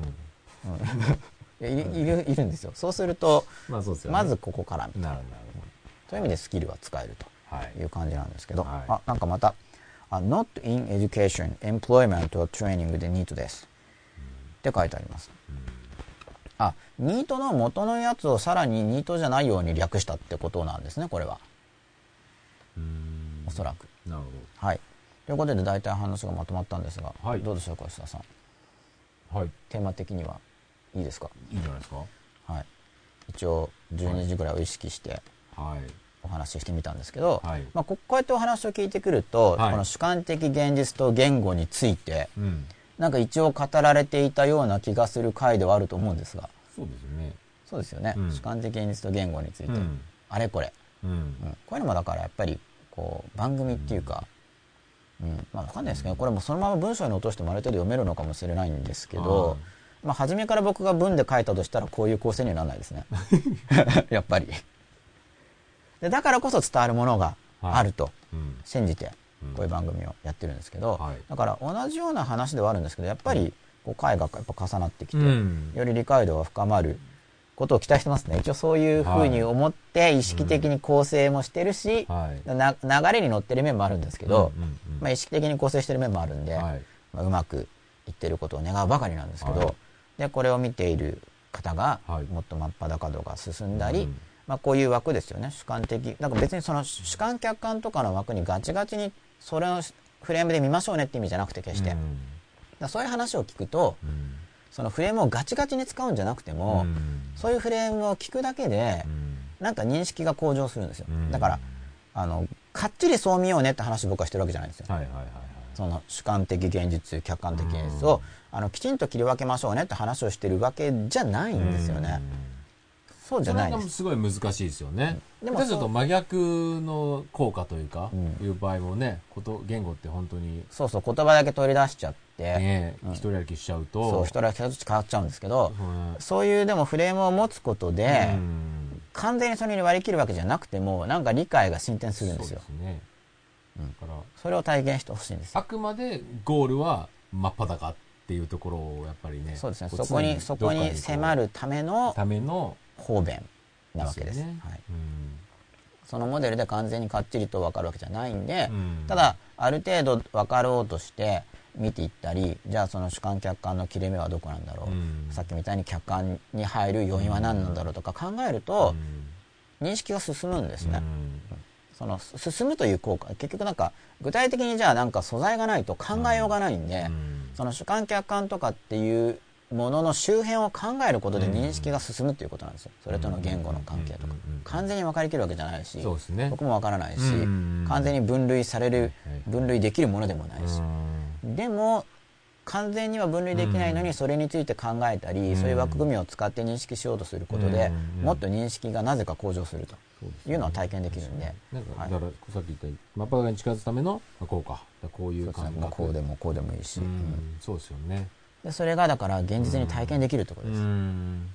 いるんですよ。そうするとまずここからみたいな、そういう意味でスキルは使えるという感じなんですけど、なんかまたNot in education, employment or training the NEET ですって書いてあります。ニートの元のやつをさらにニートじゃないように略したってことなんですね、これは。おそらく。 なるほど。はい。ということで大体話がまとまったんですが、どうでしょうか、吉田さん。テーマ的にはいいですか？ いいんじゃないですか。 はい。一応12時ぐらいを意識してお話ししてみたんですけど、こうやってお話を聞いてくると、この主観的現実と言語について、なんか一応語られていたような気がする回ではあると思うんですが。 そうですよね。 そうですよね。主観的現実と言語について、あれこれ、こういうのもだからやっぱりこう番組っていうか、わかんないですけど、これもそのまま文章に落としてもある程度読めるのかもしれないんですけど、初めから僕が文で書いたとしたらこういう構成にはならないですね。やっぱりで。だからこそ伝わるものがあると信じてこういう番組をやってるんですけど、だから同じような話ではあるんですけど、やっぱりこう回がやっぱ重なってきて、より理解度が深まることを期待してますね。一応そういうふうに思って意識的に構成もしてるし、流れに乗ってる面もあるんですけど、意識的に構成してる面もあるんで、うまくいってることを願うばかりなんですけど、でこれを見ている方がもっと真っ裸度が進んだり、こういう枠ですよね、主観的。なんか別にその主観客観とかの枠にガチガチにそれをフレームで見ましょうねって意味じゃなくて、決して、そういう話を聞くと、そのフレームをガチガチに使うんじゃなくても、そういうフレームを聞くだけでなんか認識が向上するんですよ。だからかっちりそう見ようねって話を僕はしてるわけじゃないんですよ。その主観的現実、客観的現実をきちんと切り分けましょうねって話をしてるわけじゃないんですよね。そうじゃないです。 それがすごい難しいですよね。でもちょっと真逆の効果というか、いう場合もね、言語って本当に言葉だけ取り出しちゃって一人歩きしちゃうと、 一人歩きずつ変わっちゃうんですけど、そういうでもフレームを持つことで完全にそれに割り切るわけじゃなくても、なんか理解が進展するんですよ。だからそれを体現してほしいんです。 あくまでゴールは真っ裸っていうところをやっぱりね、 そうですね、そこに迫るための方便なわけです。そのモデルで完全にかっちりと分かるわけじゃないんで、ただある程度分かろうとして見ていったり、じゃあその主観客観の切れ目はどこなんだろう、さっきみたいに客観に入る要因は何なんだろうとか考えると認識が進むんですね。その進むという効果、結局なんか具体的にじゃあなんか素材がないと考えようがないんで、その主観客観とかっていうものの周辺を考えることで認識が進むということなんですよ。それとの言語の関係とか完全に分かりきるわけじゃないし、僕も分からないし、完全に分類できるものでもないし、でも完全には分類できないのにそれについて考えたり、そういう枠組みを使って認識しようとすることでもっと認識がなぜか向上するというのは体験できるんで、 だからさっき言った真っ裸に近づくためのこういう感覚、 こうでもこうでもいいし、 そうですよね。 でそれがだから現実に体験できるってことです。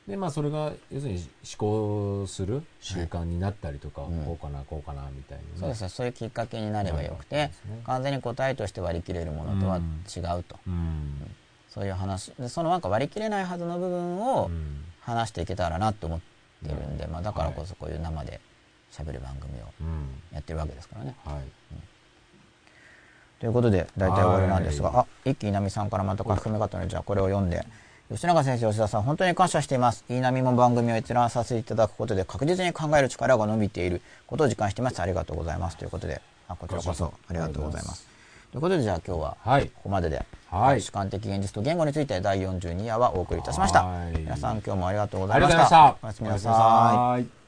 でまあそれが要するに思考する習慣になったりとか、こうかなこうかなみたいな、ね、 そうですね、そういうきっかけになればよくて、ね、完全に答えとして割り切れるものとは違うと、そういう話で、そのなんか割り切れないはずの部分を話していけたらなと思ってるんで、まあ、だからこそこういう生で喋る番組をやってるわけですからね。ということで大体終わりなんですが、一気稲見さんからまた書き込み方ので、じゃあこれを読んで、吉永先生、吉田さん、本当に感謝しています。稲見も番組を閲覧させていただくことで確実に考える力が伸びていることを実感しています。ありがとうございます。ということで、こちらこそありがとうございます。ということで、じゃあ今日はここまでで、主観的現実と言語について第42夜はお送りいたしました。皆さん今日もありがとうございました。 おやすみなさい。